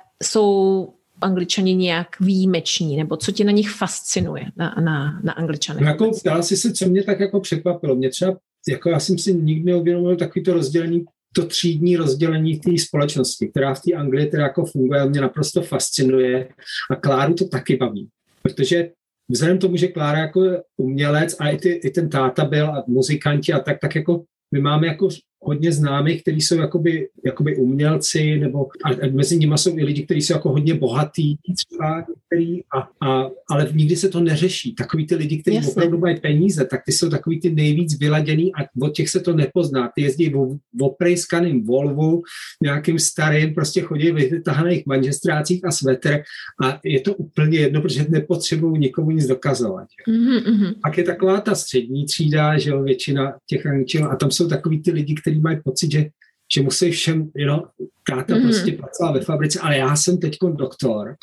S1: jsou Angličani nějak výjimeční, nebo co tě na nich fascinuje, na, na, na Angličanech?
S2: No jako, dá si se, co mě tak jako překvapilo. Mě třeba, jako já jsem si nikdy neuvědomil takový to rozdělení, to třídní rozdělení té společnosti, která v té Anglii teda jako funguje a mě naprosto fascinuje a Kláru to taky baví, protože vzhledem tomu, že Klára jako je umělec a i, ty, i ten táta byl a muzikanti a tak, tak jako my máme jako hodně známých, kteří jsou jakoby, jakoby umělci, nebo a mezi nimi jsou i lidi, kteří jsou jako hodně bohatý, třeba, který, a, a, ale nikdy se to neřeší. Takový ty lidi, kteří opravdu mají peníze, tak ty jsou takový ty nejvíc vyladěný a od těch se to nepozná. Ty jezdí v oprejskaným Volvu, nějakým starým, prostě chodí v vytahaných manžestrácích a svetr a je to úplně jedno, protože nepotřebují nikomu nic dokazovat. Mm-hmm. Pak je taková ta střední třída, že jo, většina těch Angličanů a tam jsou takový ty lidi, kteří mají pocit, že, že musí všem, you know, táta mm-hmm. prostě pracoval ve fabrice, ale já jsem teďko doktor.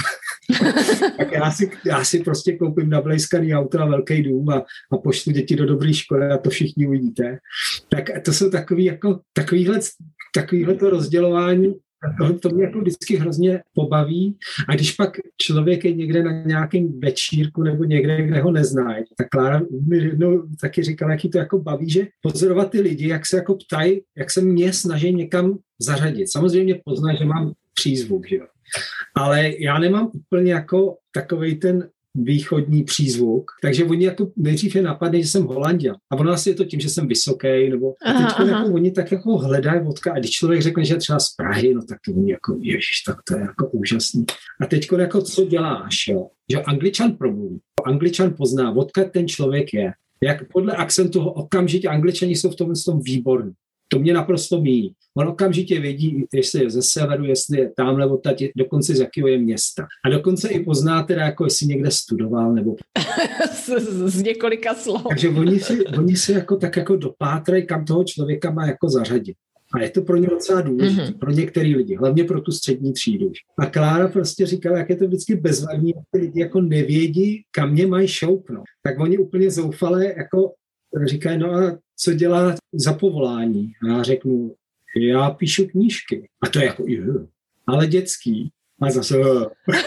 S2: Tak já si, já si prostě koupím nablejskaný auto a velký dům a, a pošlu děti do dobré školy a to všichni uvidíte. Tak to jsou takový jako, takovýhle, takovýhle to rozdělování. To, to mě jako vždycky hrozně pobaví a když pak člověk je někde na nějakém večírku nebo někde, kde ho nezná, tak Klára mi jednou taky říkala, jaký to jako baví, že pozorovat ty lidi, jak se jako ptají, jak se mě snaží někam zařadit. Samozřejmě pozná, že mám přízvuk, že jo. Ale já nemám úplně jako takovej ten východní přízvuk, takže oni jako nejdřív je napadne, že jsem Holanďan. A ono asi je to tím, že jsem vysoký, nebo a teď jako oni tak jako hledají vodka a když člověk řekne, že je třeba z Prahy, no tak to oni jako, ježiš, tak to je jako úžasný. A teď jako co děláš, jo? Že Angličan promluví, Angličan pozná, vodka ten člověk je. Jak podle akcentu ho okamžitě, Angličani jsou v tom, v tom výborní. To mě naprosto míjí. On okamžitě vědí, jestli je ze severu, jestli je tamhle odtať, dokonce z jakého je města. A dokonce i pozná teda, jako jestli někde studoval, nebo...
S1: z, z několika slov.
S2: Takže oni si, oni si jako tak jako dopátrají, kam toho člověka má jako zařadit. A je to pro ně docela důležité, mm-hmm. pro některý lidi, hlavně pro tu střední třídu. A Klára prostě říkala, jak je to vždycky bezvadný, ty lidi jako nevědí, kam mě mají šoupnout. Tak oni úplně zoufale jako říkají, no a co dělá za povolání? A já řeknu, já píšu knížky. A to je jako, jo, ale dětský. A zase, jo.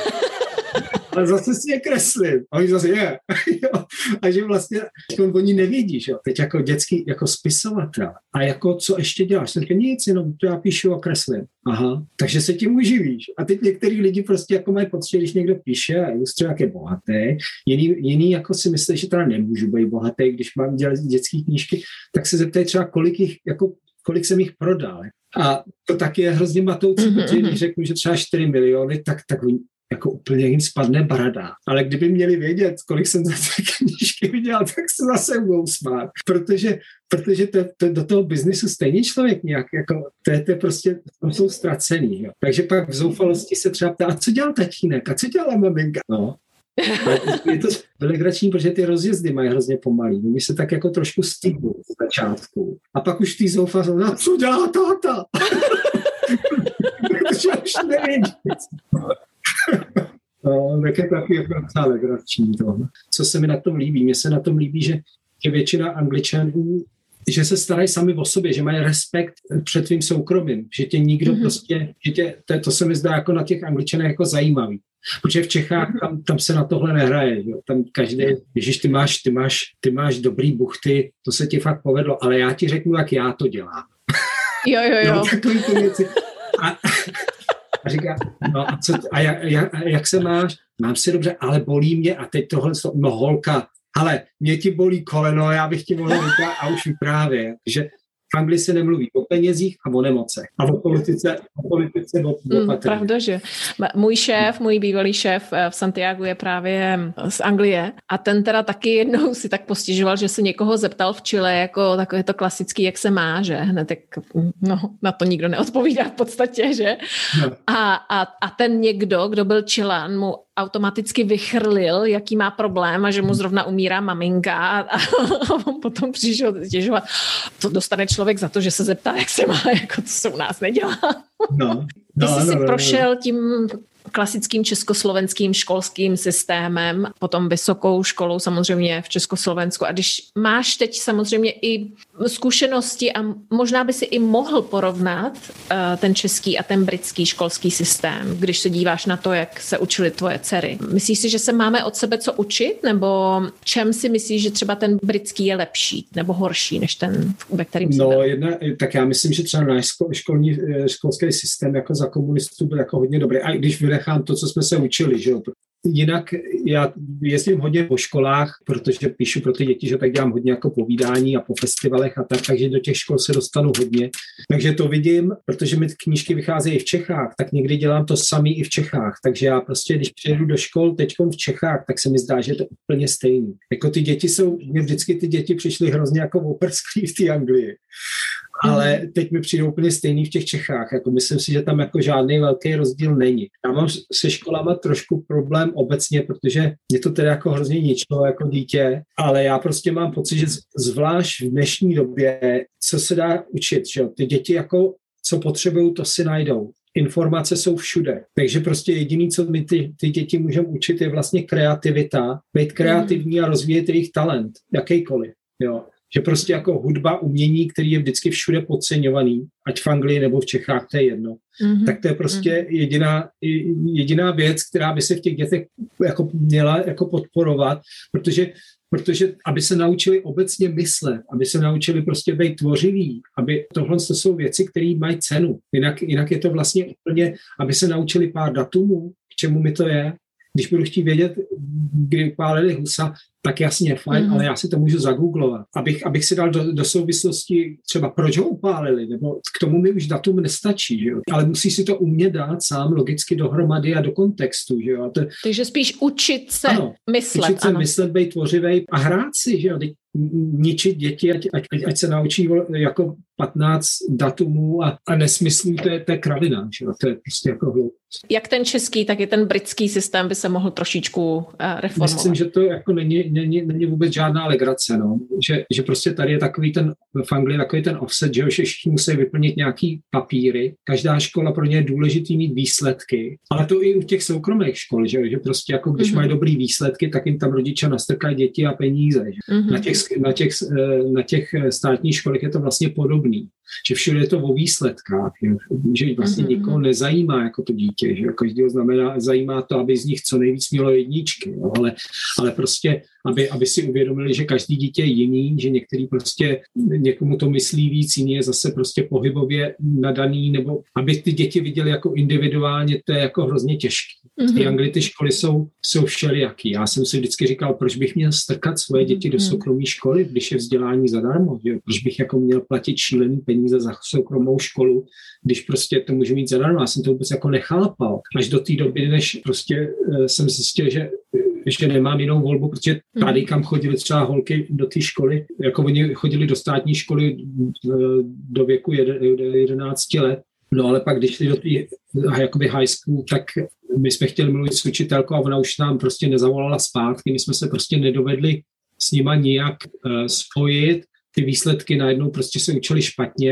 S2: Ale zase si je kreslím. A oni zase, je. A že vlastně oni nevědí, že jo. Teď jako dětský, jako spisovatel. A jako, co ještě děláš? Teď nic, jenom to já píšu a kreslím. Aha, takže se tím uživíš. A teď některý lidi prostě jako mají pocit, když někdo píše a ilustruje, jak je bohatý. Jiný, jiný jako si myslí, že teda nemůžu být bohatý, když mám dělat dětské knížky, tak se zeptají třeba, kolik, jich, jako, kolik jsem jich prodal. A to taky je hrozně matoucí, mm-hmm. protože když řeknu, že třeba čtyři miliony, tak, tak jako úplně jim spadne brada. Ale kdyby měli vědět, kolik jsem za ty knížky vydělal, tak se zase budou smát. Protože, protože to, to, do toho biznisu stejně člověk nějak, jako, to je, to je prostě, tam jsou ztracený. Jo. Takže pak v zoufalosti se třeba ptá, a co dělal tatínek, a co dělala maminka? No. Je to legrační, protože ty rozjezdy mají hrozně pomalý. My se tak jako trošku stydou v začátku. A pak už ty zoufalosti, a co dělá táta? Protože už nevědí. No, tak je taky jako docela legrační to. Co se mi na tom líbí? Mně se na tom líbí, že, že většina Angličanů že se starají sami o sobě, že mají respekt před tvým soukromím, že tě nikdo mm-hmm. prostě, že tě, to, to se mi zdá jako na těch Angličanech jako zajímavý. Protože v Čechách tam, tam se na tohle nehraje. Jo. Tam každý, ježiš, ty máš, ty, máš, ty máš dobrý buchty, to se ti fakt povedlo, ale já ti řeknu, jak já to dělám.
S1: Jo, jo, jo.
S2: No, takový ty věci. A, a říká, no a, co, a, jak, jak, jak se máš? Mám se dobře, ale bolí mě a teď tohle, no holka, ale mě ti bolí koleno, já bych ti mohl říkat a už vyprávět, že v Anglii se nemluví o penězích a o nemocech. A o politice, o politice, o, o
S1: mm, pravda, že. Můj šéf, můj bývalý šéf v Santiagu je právě z Anglie a ten teda taky jednou si tak postěžoval, že se někoho zeptal v Chile, jako takové to klasický, jak se má, že hned tak, no, na to nikdo neodpovídá v podstatě, že. No. A, a, a ten někdo, kdo byl Chilan, mu automaticky vychrlil, jaký má problém a že mu zrovna umírá maminka a, a on potom přišel stěžovat. To dostane člověk za to, že se zeptá, jak se má, jako to se u nás nedělá.
S2: No.
S1: Ty
S2: No,
S1: jsi
S2: no,
S1: si
S2: no,
S1: prošel
S2: no.
S1: tím klasickým československým školským systémem, potom vysokou školou samozřejmě v Československu. A když máš teď samozřejmě i zkušenosti a možná by si i mohl porovnat uh, ten český a ten britský školský systém, když se díváš na to, jak se učily tvoje dcery. Myslíš si, že se máme od sebe co učit? Nebo čem si myslíš, že třeba ten britský je lepší nebo horší než ten, ve kterým jsi
S2: No,
S1: byl?
S2: jedna, tak já myslím, že třeba náš školní, školský systém jako za komunistů byl jako hodně dobrý. A když vynechám to, co jsme se učili, že jo. Jinak já jezdím hodně po školách, protože píšu pro ty děti, že tak dělám hodně jako povídání a po festivalech a tak, takže do těch škol se dostanu hodně. Takže to vidím, protože mi knížky vycházejí v Čechách, tak někdy dělám to samý i v Čechách. Takže já prostě, když přijedu do škol teďkom v Čechách, tak se mi zdá, že je to úplně stejný. Jako ty děti jsou, mě vždycky ty děti přišly hrozně jako opersklý v té Anglii. Ale teď mi přijde úplně stejný v těch Čechách. Jako myslím si, že tam jako žádný velký rozdíl není. Já mám se školama trošku problém obecně, protože mě to teda jako hrozně ničilo jako dítě, ale já prostě mám pocit, že zvlášť v dnešní době, co se dá učit, že jo? Ty děti jako co potřebují, to si najdou. Informace jsou všude. Takže prostě jediný, co my ty, ty děti můžeme učit, je vlastně kreativita, být kreativní a rozvíjet jejich talent, jakýkoliv. Jo. Že prostě jako hudba, umění, který je vždycky všude podceňovaný, ať v Anglii nebo v Čechách, to je jedno. Mm-hmm. Tak to je prostě mm-hmm. jediná, jediná věc, která by se v těch dětech jako měla jako podporovat, protože, protože aby se naučili obecně myslet, aby se naučili prostě být tvořiví, aby tohle to jsou věci, které mají cenu. Jinak, jinak je to vlastně úplně, aby se naučili pár datumů, k čemu mi to je. Když budu chtít vědět, kdy upálili Husa, tak jasně, fajn, mm-hmm. ale já si to můžu zagooglovat. Abych, abych si dal do, do souvislosti třeba, proč ho upálili, nebo k tomu mi už datum nestačí, že jo? Ale musí si to umět dát sám logicky dohromady a do kontextu. Že jo? A to,
S1: takže spíš učit se
S2: ano,
S1: myslet.
S2: Učit se
S1: ano.
S2: myslet, být tvořivej a hrát si, že jo? Teď ničit děti, ať, ať, ať se naučí jako patnáct datumů a, a nesmyslů, to je, to je kravina, že jo? To je prostě jako hloupost.
S1: Jak ten český, tak i ten britský systém by se mohl trošičku uh, reformovat.
S2: Myslím, že to jako není, není, není vůbec žádná legrace, no. že, že prostě tady je takový ten, v Anglii takový ten offset, že už všichni musí vyplnit nějaký papíry, každá škola pro ně je důležitý mít výsledky, ale to i u těch soukromých škol, že, že prostě jako když mm-hmm. mají dobrý výsledky, tak jim tam rodiče nastrkají děti a peníze. Že? Mm-hmm. Na, těch, na, těch, na těch státních školách je to vlastně podobný, že všude je to o výsledkách, že vlastně mm-hmm. nikoho nezajímá jako to dítě, že každého znamená, zajímá to, aby z nich co nejvíc mělo jedničky, jo? Ale, ale prostě, aby, aby si uvědomili, že každý dítě je jiný, že některý prostě někomu to myslí víc, jiný je zase prostě pohybově nadaný, nebo aby ty děti viděly jako individuálně, to je jako hrozně těžké. Mm-hmm. Ty Anglii ty školy jsou, jsou všelijaký. Já jsem si vždycky říkal, proč bych měl strkat svoje děti do soukromé školy, když je vzdělání zadarmo, že? Proč bych jako měl platit šílený peníze za soukromou školu, když prostě to může mít zadarmo. Já jsem to vůbec jako nechápal. Až do té doby, než prostě uh, jsem zjistil, že že nemám jinou volbu, protože tady, kam chodili třeba holky do té školy, jako oni chodili do státní školy do věku jedenácti let, no ale pak, když šli do té jakoby high school, tak my jsme chtěli mluvit s učitelkou a ona už nám prostě nezavolala zpátky, my jsme se prostě nedovedli s nima nijak uh, spojit, ty výsledky najednou prostě se učili špatně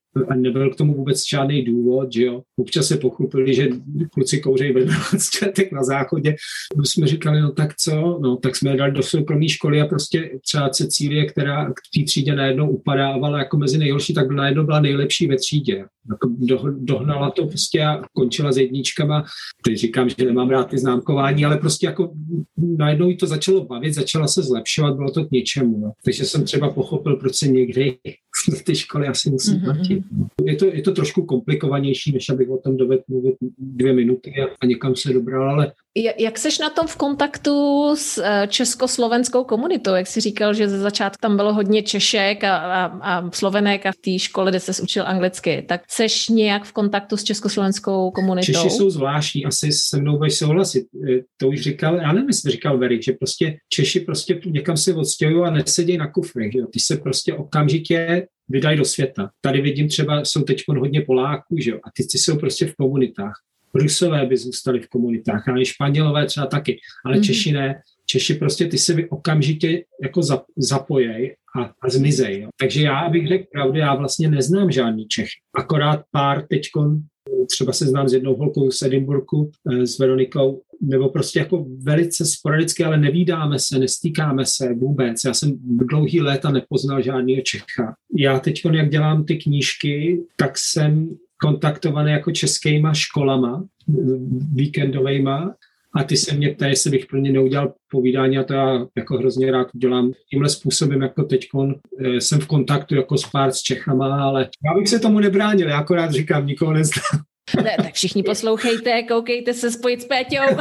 S2: a nebyl k tomu vůbec žádný důvod, že jo. Občas se pochopili, že kluci kouřejí ve dvanácti letech na záchodě. My jsme říkali, no tak co, no tak jsme je dali do soukromé školy a prostě třeba Cecílie, která k té třídě najednou upadávala jako mezi nejhorší, tak najednou byla nejlepší ve třídě. Jako do, dohnala to prostě a končila s jedničkama. Teď říkám, že nemám rád ty známkování, ale prostě jako najednou jí to začalo bavit, začala se zlepšovat, bylo to k něčemu. No. Takže jsem třeba pochopil, proč se někdy z té školy asi musí mm-hmm. platit. Je to, je to trošku komplikovanější, než abych o tom dovedl mluvit dvě minuty a, a někam se dobral, ale...
S1: Jak seš na tom v kontaktu s československou komunitou? Jak jsi říkal, že ze začátku tam bylo hodně Češek a, a, a Slovenek a v té škole, kde ses učil anglicky, tak seš nějak v kontaktu s československou komunitou?
S2: Češi jsou zvláštní, asi se mnou budeš souhlasit. To už říkal, já nevím, jestli říkal Verik, že prostě Češi prostě někam se odstěhují a nesedějí na kufrech. Jo. Ty se prostě okamžitě vydají do světa. Tady vidím třeba, jsou teď hodně Poláků, že jo, a ty, ty jsou prostě v komunitách. Rusové by zůstali v komunitách, ale Španělové třeba taky, ale mm-hmm. Češi ne. Češi prostě ty se okamžitě jako zapojej a, a zmizej. Jo. Takže já, abych řekl pravdu, já vlastně neznám žádný Čech. Akorát pár teďkon, třeba se znám s jednou holkou z Edinburghu, s Veronikou, nebo prostě jako velice sporadicky, ale nevídáme se, nestýkáme se vůbec. Já jsem dlouhý léta nepoznal žádného Čecha. Já teďkon, jak dělám ty knížky, tak jsem kontaktovaný jako českýma školama, víkendovejma, a ty se mě ptají, jestli bych pro ně neudělal povídání, a to já jako hrozně rád udělám. Tímhle způsobem jako teďkon jsem v kontaktu jako s pár s Čechama, ale já bych se tomu nebránil, já akorát říkám, nikoho neznám.
S1: Ne, tak všichni poslouchejte, koukejte se spojit s Péťou.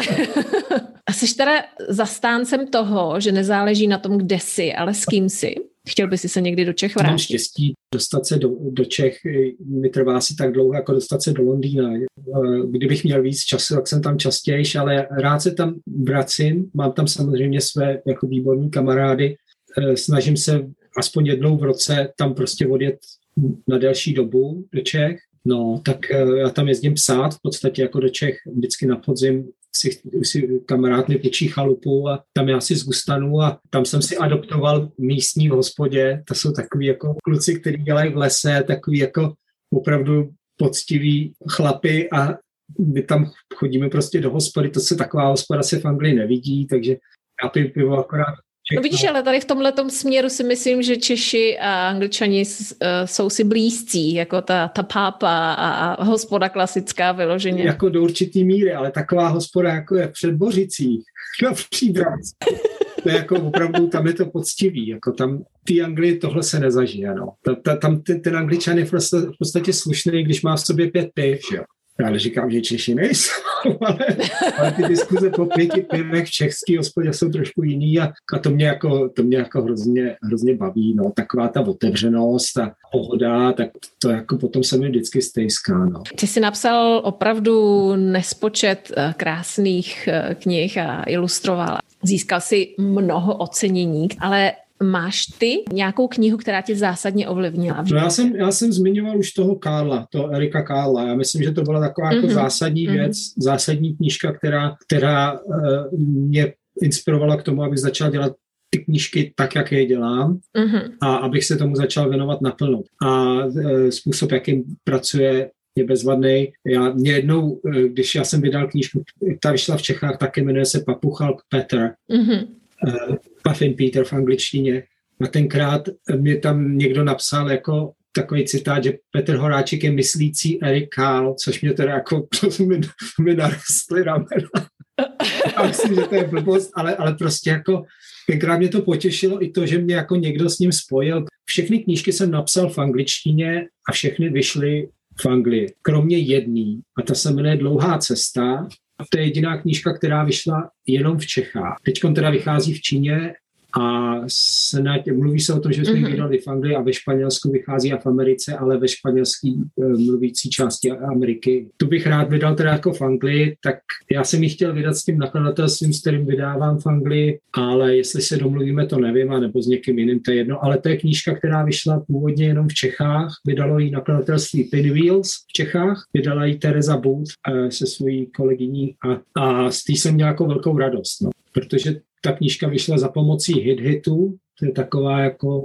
S1: A jsi teda zastáncem toho, že nezáleží na tom, kde jsi, ale s kým jsi? Chtěl by si se někdy do Čech vrátit?
S2: Mám štěstí dostat se do, do Čech, mi trvá asi tak dlouho, jako dostat se do Londýna. Kdybych měl víc času, tak jsem tam častější, ale rád se tam vracím. Mám tam samozřejmě své jako výborní kamarády. Snažím se aspoň jednou v roce tam prostě odjet na delší dobu do Čech. No, tak já tam jezdím psát v podstatě jako do Čech vždycky na podzim. Si, si kamarád mi půjčí chalupu a tam já si zůstanu a tam jsem si adoptoval místní v hospodě. To jsou takový jako kluci, kteří dělají v lese, takový jako opravdu poctiví chlapy a my tam chodíme prostě do hospody. To se taková hospoda se v Anglii nevidí, takže já piju pivo akorát.
S1: No vidíš, ale tady v tomhletom směru si myslím, že Češi a Angličani jsou si blízcí, jako ta, ta pápa a, a hospoda klasická vyloženě.
S2: Jako do určitý míry, ale taková hospoda jako je v Předbořicích, no v Příbramsku. To je jako opravdu, tam je to poctivý, jako tam ty Anglii tohle se nezažije, no. Ta, ta, tam ten, ten Angličan je v podstatě slušný, když má v sobě pět piv, jo. Já neříkám, že Češi nejsou, ale, ale ty diskuze po pěti pivech v český hospodě jsou trošku jiný a, a to mě jako, to mě jako hrozně, hrozně baví, no, taková ta otevřenost a pohoda, tak to jako potom se mi vždycky stejská, no.
S1: Ty jsi napsal opravdu nespočet krásných knih a ilustroval. Získal si mnoho ocenění, ale máš ty nějakou knihu, která tě zásadně ovlivnila?
S2: No já jsem, já jsem zmiňoval už toho Karla, toho Erika Karla. Já myslím, že to byla taková mm-hmm. jako zásadní věc, mm-hmm. zásadní knížka, která, která uh, mě inspirovala k tomu, abych začal dělat ty knížky tak, jak je dělám mm-hmm. a abych se tomu začal věnovat naplno. A uh, způsob, jakým pracuje, je bezvadný. Já mě jednou, když já jsem vydal knížku, ta vyšla v Čechách, taky jmenuje se Papuchalk Peter. Mm-hmm. Uh, Puffin Peter v angličtině. A tenkrát mě tam někdo napsal jako takový citát, že Petr Horáček je myslící Erik Karl, což mě teda jako mi, mi narostly ramena. A myslím, že to je blbost, ale, ale prostě jako tenkrát mě to potěšilo i to, že mě jako někdo s ním spojil. Všechny knížky jsem napsal v angličtině a všechny vyšly v Anglii, kromě jedný. A ta se jmenuje Dlouhá cesta. A to je jediná knížka, která vyšla jenom v Čechách. Teďkon teda vychází v Číně a snad, mluví se o tom, že jsme ji mm-hmm. vydali v Anglii a ve Španělsku vychází a v Americe, ale ve španělský mluvící části Ameriky. Tu bych rád vydal teda jako v Anglii, tak já jsem ji chtěl vydat s tím nakladatelstvím, s kterým vydávám v Anglii, ale jestli se domluvíme, to nevím, a nebo s někým jiným, to je jedno. Ale to je knížka, která vyšla původně jenom v Čechách, vydalo ji nakladatelství Pinwheels v Čechách, vydala ji Tereza Booth se svojí kolegyní a, a s tím jsem měl jako velkou radost, no, protože ta knížka vyšla za pomocí Hit Hitu, to je taková jako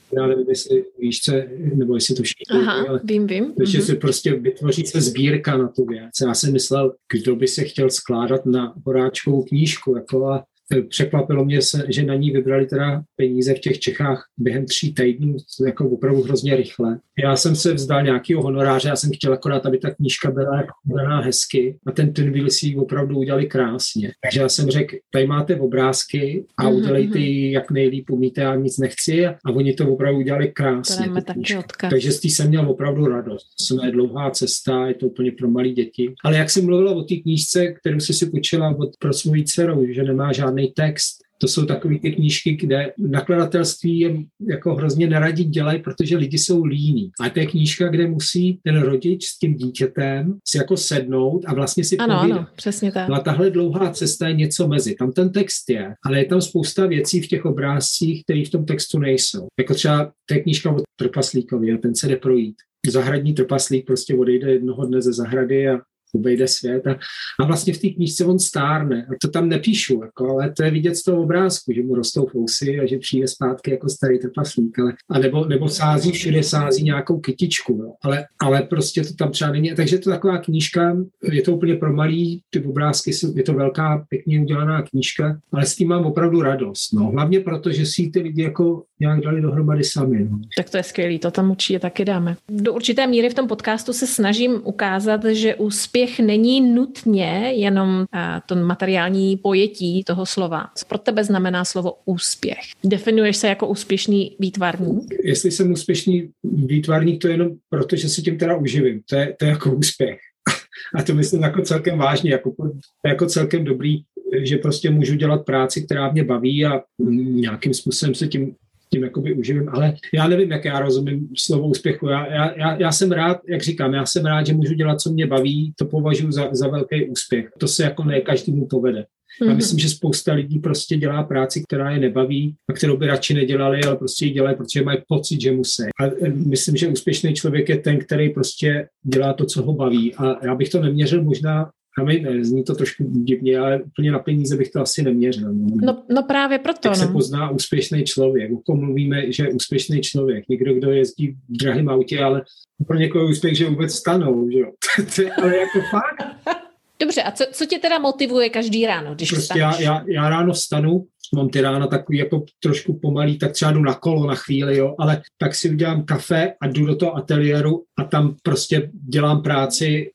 S2: já nevím, jestli víš, co, nebo jestli to všichni.
S1: Aha, ale vím, vím.
S2: Takže
S1: mm-hmm.
S2: se prostě vytvoří se sbírka na tu věc. Já jsem myslel, kdo by se chtěl skládat na Horáčkovou knížku, jako a překvapilo mě, se, že na ní vybrali teda peníze v těch Čechách během tří týdnů, jako opravdu hrozně rychle. Já jsem se vzdal nějakého honoráře, já jsem chtěl akorát, aby ta knížka byla daná hezky a ten Twin Wheels ji opravdu udělali krásně. Takže já jsem řekl, tady máte obrázky a mm-hmm. udělejte ji jak nejlíp umíte, já nic nechci a oni to opravdu udělali krásně. Takže z té jsem měl opravdu radost. To je dlouhá cesta, je to úplně pro malé děti. Ale jak jsem mluvila o té knížce, kterou jsi si půjčila od, pro svou dcerou, že nemá žádný text. To jsou takové ty knížky, kde nakladatelství je jako hrozně neradí dělají, protože lidi jsou líní. A to je knížka, kde musí ten rodič s tím dítětem si jako sednout a vlastně si
S1: ano,
S2: povídat.
S1: Ano, přesně tak.
S2: No a tahle dlouhá cesta je něco mezi. Tam ten text je, ale je tam spousta věcí v těch obrázcích, které v tom textu nejsou. Jako třeba to je knížka od Trpaslíkovi a ten se jde projít. Zahradní trpaslík prostě odejde jednoho dne ze zahrady a obejde svět a, a vlastně v té knížce on stárne. A to tam nepíšu, jako, ale to je vidět z toho obrázku, že mu rostou fousy a že přijde zpátky jako starý trpaslík. Ale, a nebo, nebo sází, všude sází nějakou kytičku. No. Ale, ale prostě to tam třeba není. Takže to taková knížka, je to úplně pro malý, ty obrázky, jsou, je to velká, pěkně udělaná knížka, ale s tím mám opravdu radost. No. Hlavně proto, že si ty lidi jako nějak dali dohromady sami. No.
S1: Tak to je skvělý, to tam určitě taky dáme. Do určité míry v tom podcastu se snažím ukázat, že úspěch není nutně jenom to materiální pojetí toho slova. Co pro tebe znamená slovo úspěch? Definuješ se jako úspěšný výtvarník?
S2: Jestli jsem úspěšný výtvarník, to je jenom proto, že si tím teda uživím. To je, to je jako úspěch. A to myslím jako celkem vážně, jako, jako celkem dobrý, že prostě můžu dělat práci, která mě baví a nějakým způsobem se tím tím jakoby uživím, ale já nevím, jak já rozumím slovo úspěchu. Já, já, já, já jsem rád, jak říkám, já jsem rád, že můžu dělat, co mě baví, to považuji za, za velký úspěch. To se jako ne každému povede. Já myslím, že spousta lidí prostě dělá práci, která je nebaví a kterou by radši nedělali, ale prostě ji dělají, protože mají pocit, že musí. A myslím, že úspěšný člověk je ten, který prostě dělá to, co ho baví. A já bych to neměřil možná, ne, zní to trošku divně, ale úplně na peníze bych to asi neměřil.
S1: No, no právě proto.
S2: Jak
S1: no.
S2: se pozná úspěšný člověk. O kom mluvíme, že je úspěšný člověk. Někdo, kdo jezdí v drahém autě, ale pro někoho je úspěch, že vůbec stanou. Že jo? Ale jako fakt.
S1: Dobře, a co, co tě teda motivuje každý ráno, když
S2: prostě já, já, já ráno vstanu, mám ty rána takový jako trošku pomalý, tak třeba jdu na kolo na chvíli, jo, ale tak si udělám kafe a jdu do toho ateliéru a tam prostě dělám práci,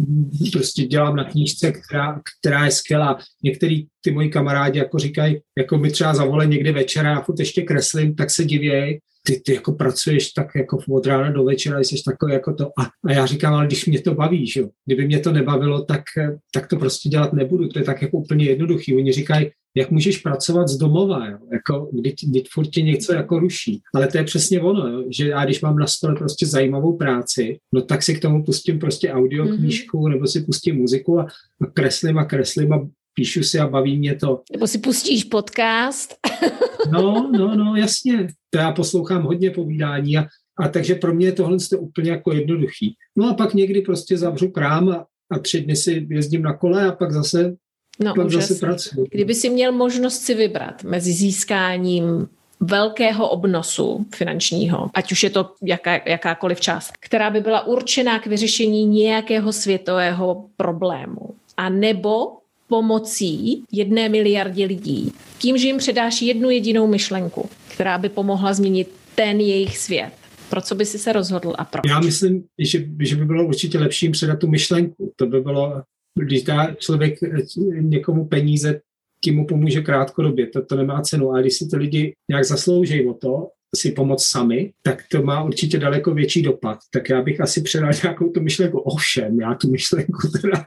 S2: prostě dělám na knížce, která, která je skvělá. Některý ty moji kamarádi jako říkají, jako mi třeba zavolají někdy večera, já furt ještě kreslím, tak se divěj, ty, ty jako pracuješ tak jako od rána do večera, jsi takový jako to. A, a já říkám, ale když mě to baví, že jo, kdyby mě to nebavilo, tak, tak to prostě dělat nebudu. To je tak jako úplně jednoduchý. Oni říkají, jak můžeš pracovat z domova, jo? Jako, kdy, kdy furt tě něco jako ruší. Ale to je přesně ono, jo? Že já když mám na stole prostě zajímavou práci, no tak si k tomu pustím prostě audioknížku, mm-hmm. nebo si pustím muziku a, a kreslím a kreslím a píšu si a baví mě to.
S1: Nebo si pustíš podcast.
S2: No, no, no, jasně. To já poslouchám hodně povídání a, a takže pro mě je tohle úplně jako jednoduchý. No a pak někdy prostě zavřu krám a, a tři dny si jezdím na kole a pak zase
S1: No,
S2: pak zase pracuji.
S1: Kdyby si měl možnost si vybrat mezi získáním velkého obnosu finančního, ať už je to jaká, jakákoliv část, která by byla určená k vyřešení nějakého světového problému, a nebo pomocí jedné miliardě lidí, tím, že jim předáš jednu jedinou myšlenku, která by pomohla změnit ten jejich svět. Pro co by si se rozhodl a proč?
S2: Já myslím, že, že by bylo určitě lepší jim předat tu myšlenku. To by bylo, když dá člověk někomu peníze, tím mu pomůže krátkodobě, to, to nemá cenu. A když si ty lidi nějak zaslouží o to, si pomoct sami, tak to má určitě daleko větší dopad. Tak já bych asi předal nějakou tu myšlenku. Ovšem, já tu myšlenku teda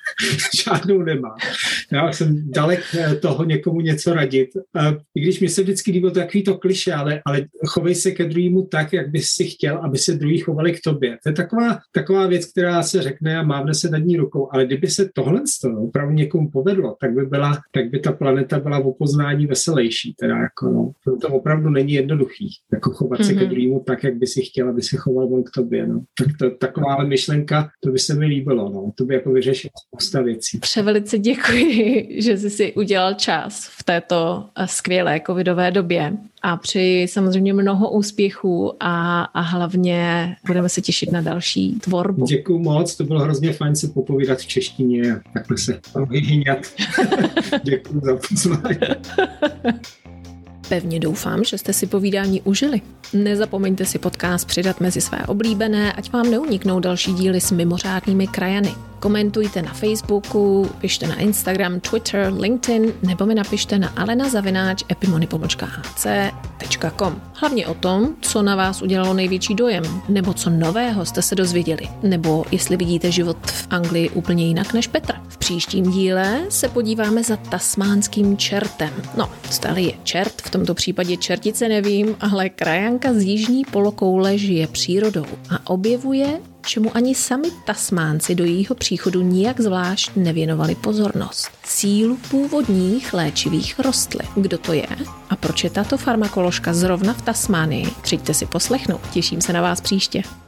S2: žádnou nemám. Já jsem dalek toho někomu něco radit. I když mi se vždycky líbilo takový to klišé, ale, ale chovej se ke druhému tak, jak bys si chtěl, aby se druhý chovali k tobě. To je taková, taková věc, která se řekne a mávne se nad ní rukou, ale kdyby se tohle opravdu někomu povedlo, tak by, byla, tak by ta planeta byla v opoznání veselější. Teda jako, no, to opravdu není jednoduchý. Jako chovat se mm-hmm. ke druhému tak, jak by si chtěl, aby se choval on k tobě. No. Tak to, taková myšlenka, to by se mi líbilo. No. To by jako vyřešilo spousta věcí.
S1: Převelice děkuji, že jsi si udělal čas v této skvělé covidové době a přeji samozřejmě mnoho úspěchů a, a hlavně budeme se těšit na další tvorbu.
S2: Děkuju moc, to bylo hrozně fajn se popovídat v češtině a takhle se vyhyňat. Děkuju za pozvání.
S1: Pevně doufám, že jste si povídání užili. Nezapomeňte si podcast přidat mezi své oblíbené, ať vám neuniknou další díly s mimořádnými krajany. Komentujte na Facebooku, pište na Instagram, Twitter, LinkedIn nebo mi napište na alena zavináč epimony pomlčka h c tečka com. Hlavně o tom, co na vás udělalo největší dojem, nebo co nového jste se dozvěděli, nebo jestli vidíte život v Anglii úplně jinak než Petr. V příštím díle se podíváme za tasmánským čertem. No, stále je čert, v tomto případě čertice nevím, ale krajanka z jižní polokoule žije přírodou a objevuje, čemu ani sami Tasmánci do jejího příchodu nijak zvlášť nevěnovali pozornost. Sílu původních léčivých rostlin. Kdo to je a proč je tato farmakoložka zrovna v Tasmánii? Přijďte si poslechnout. Těším se na vás příště.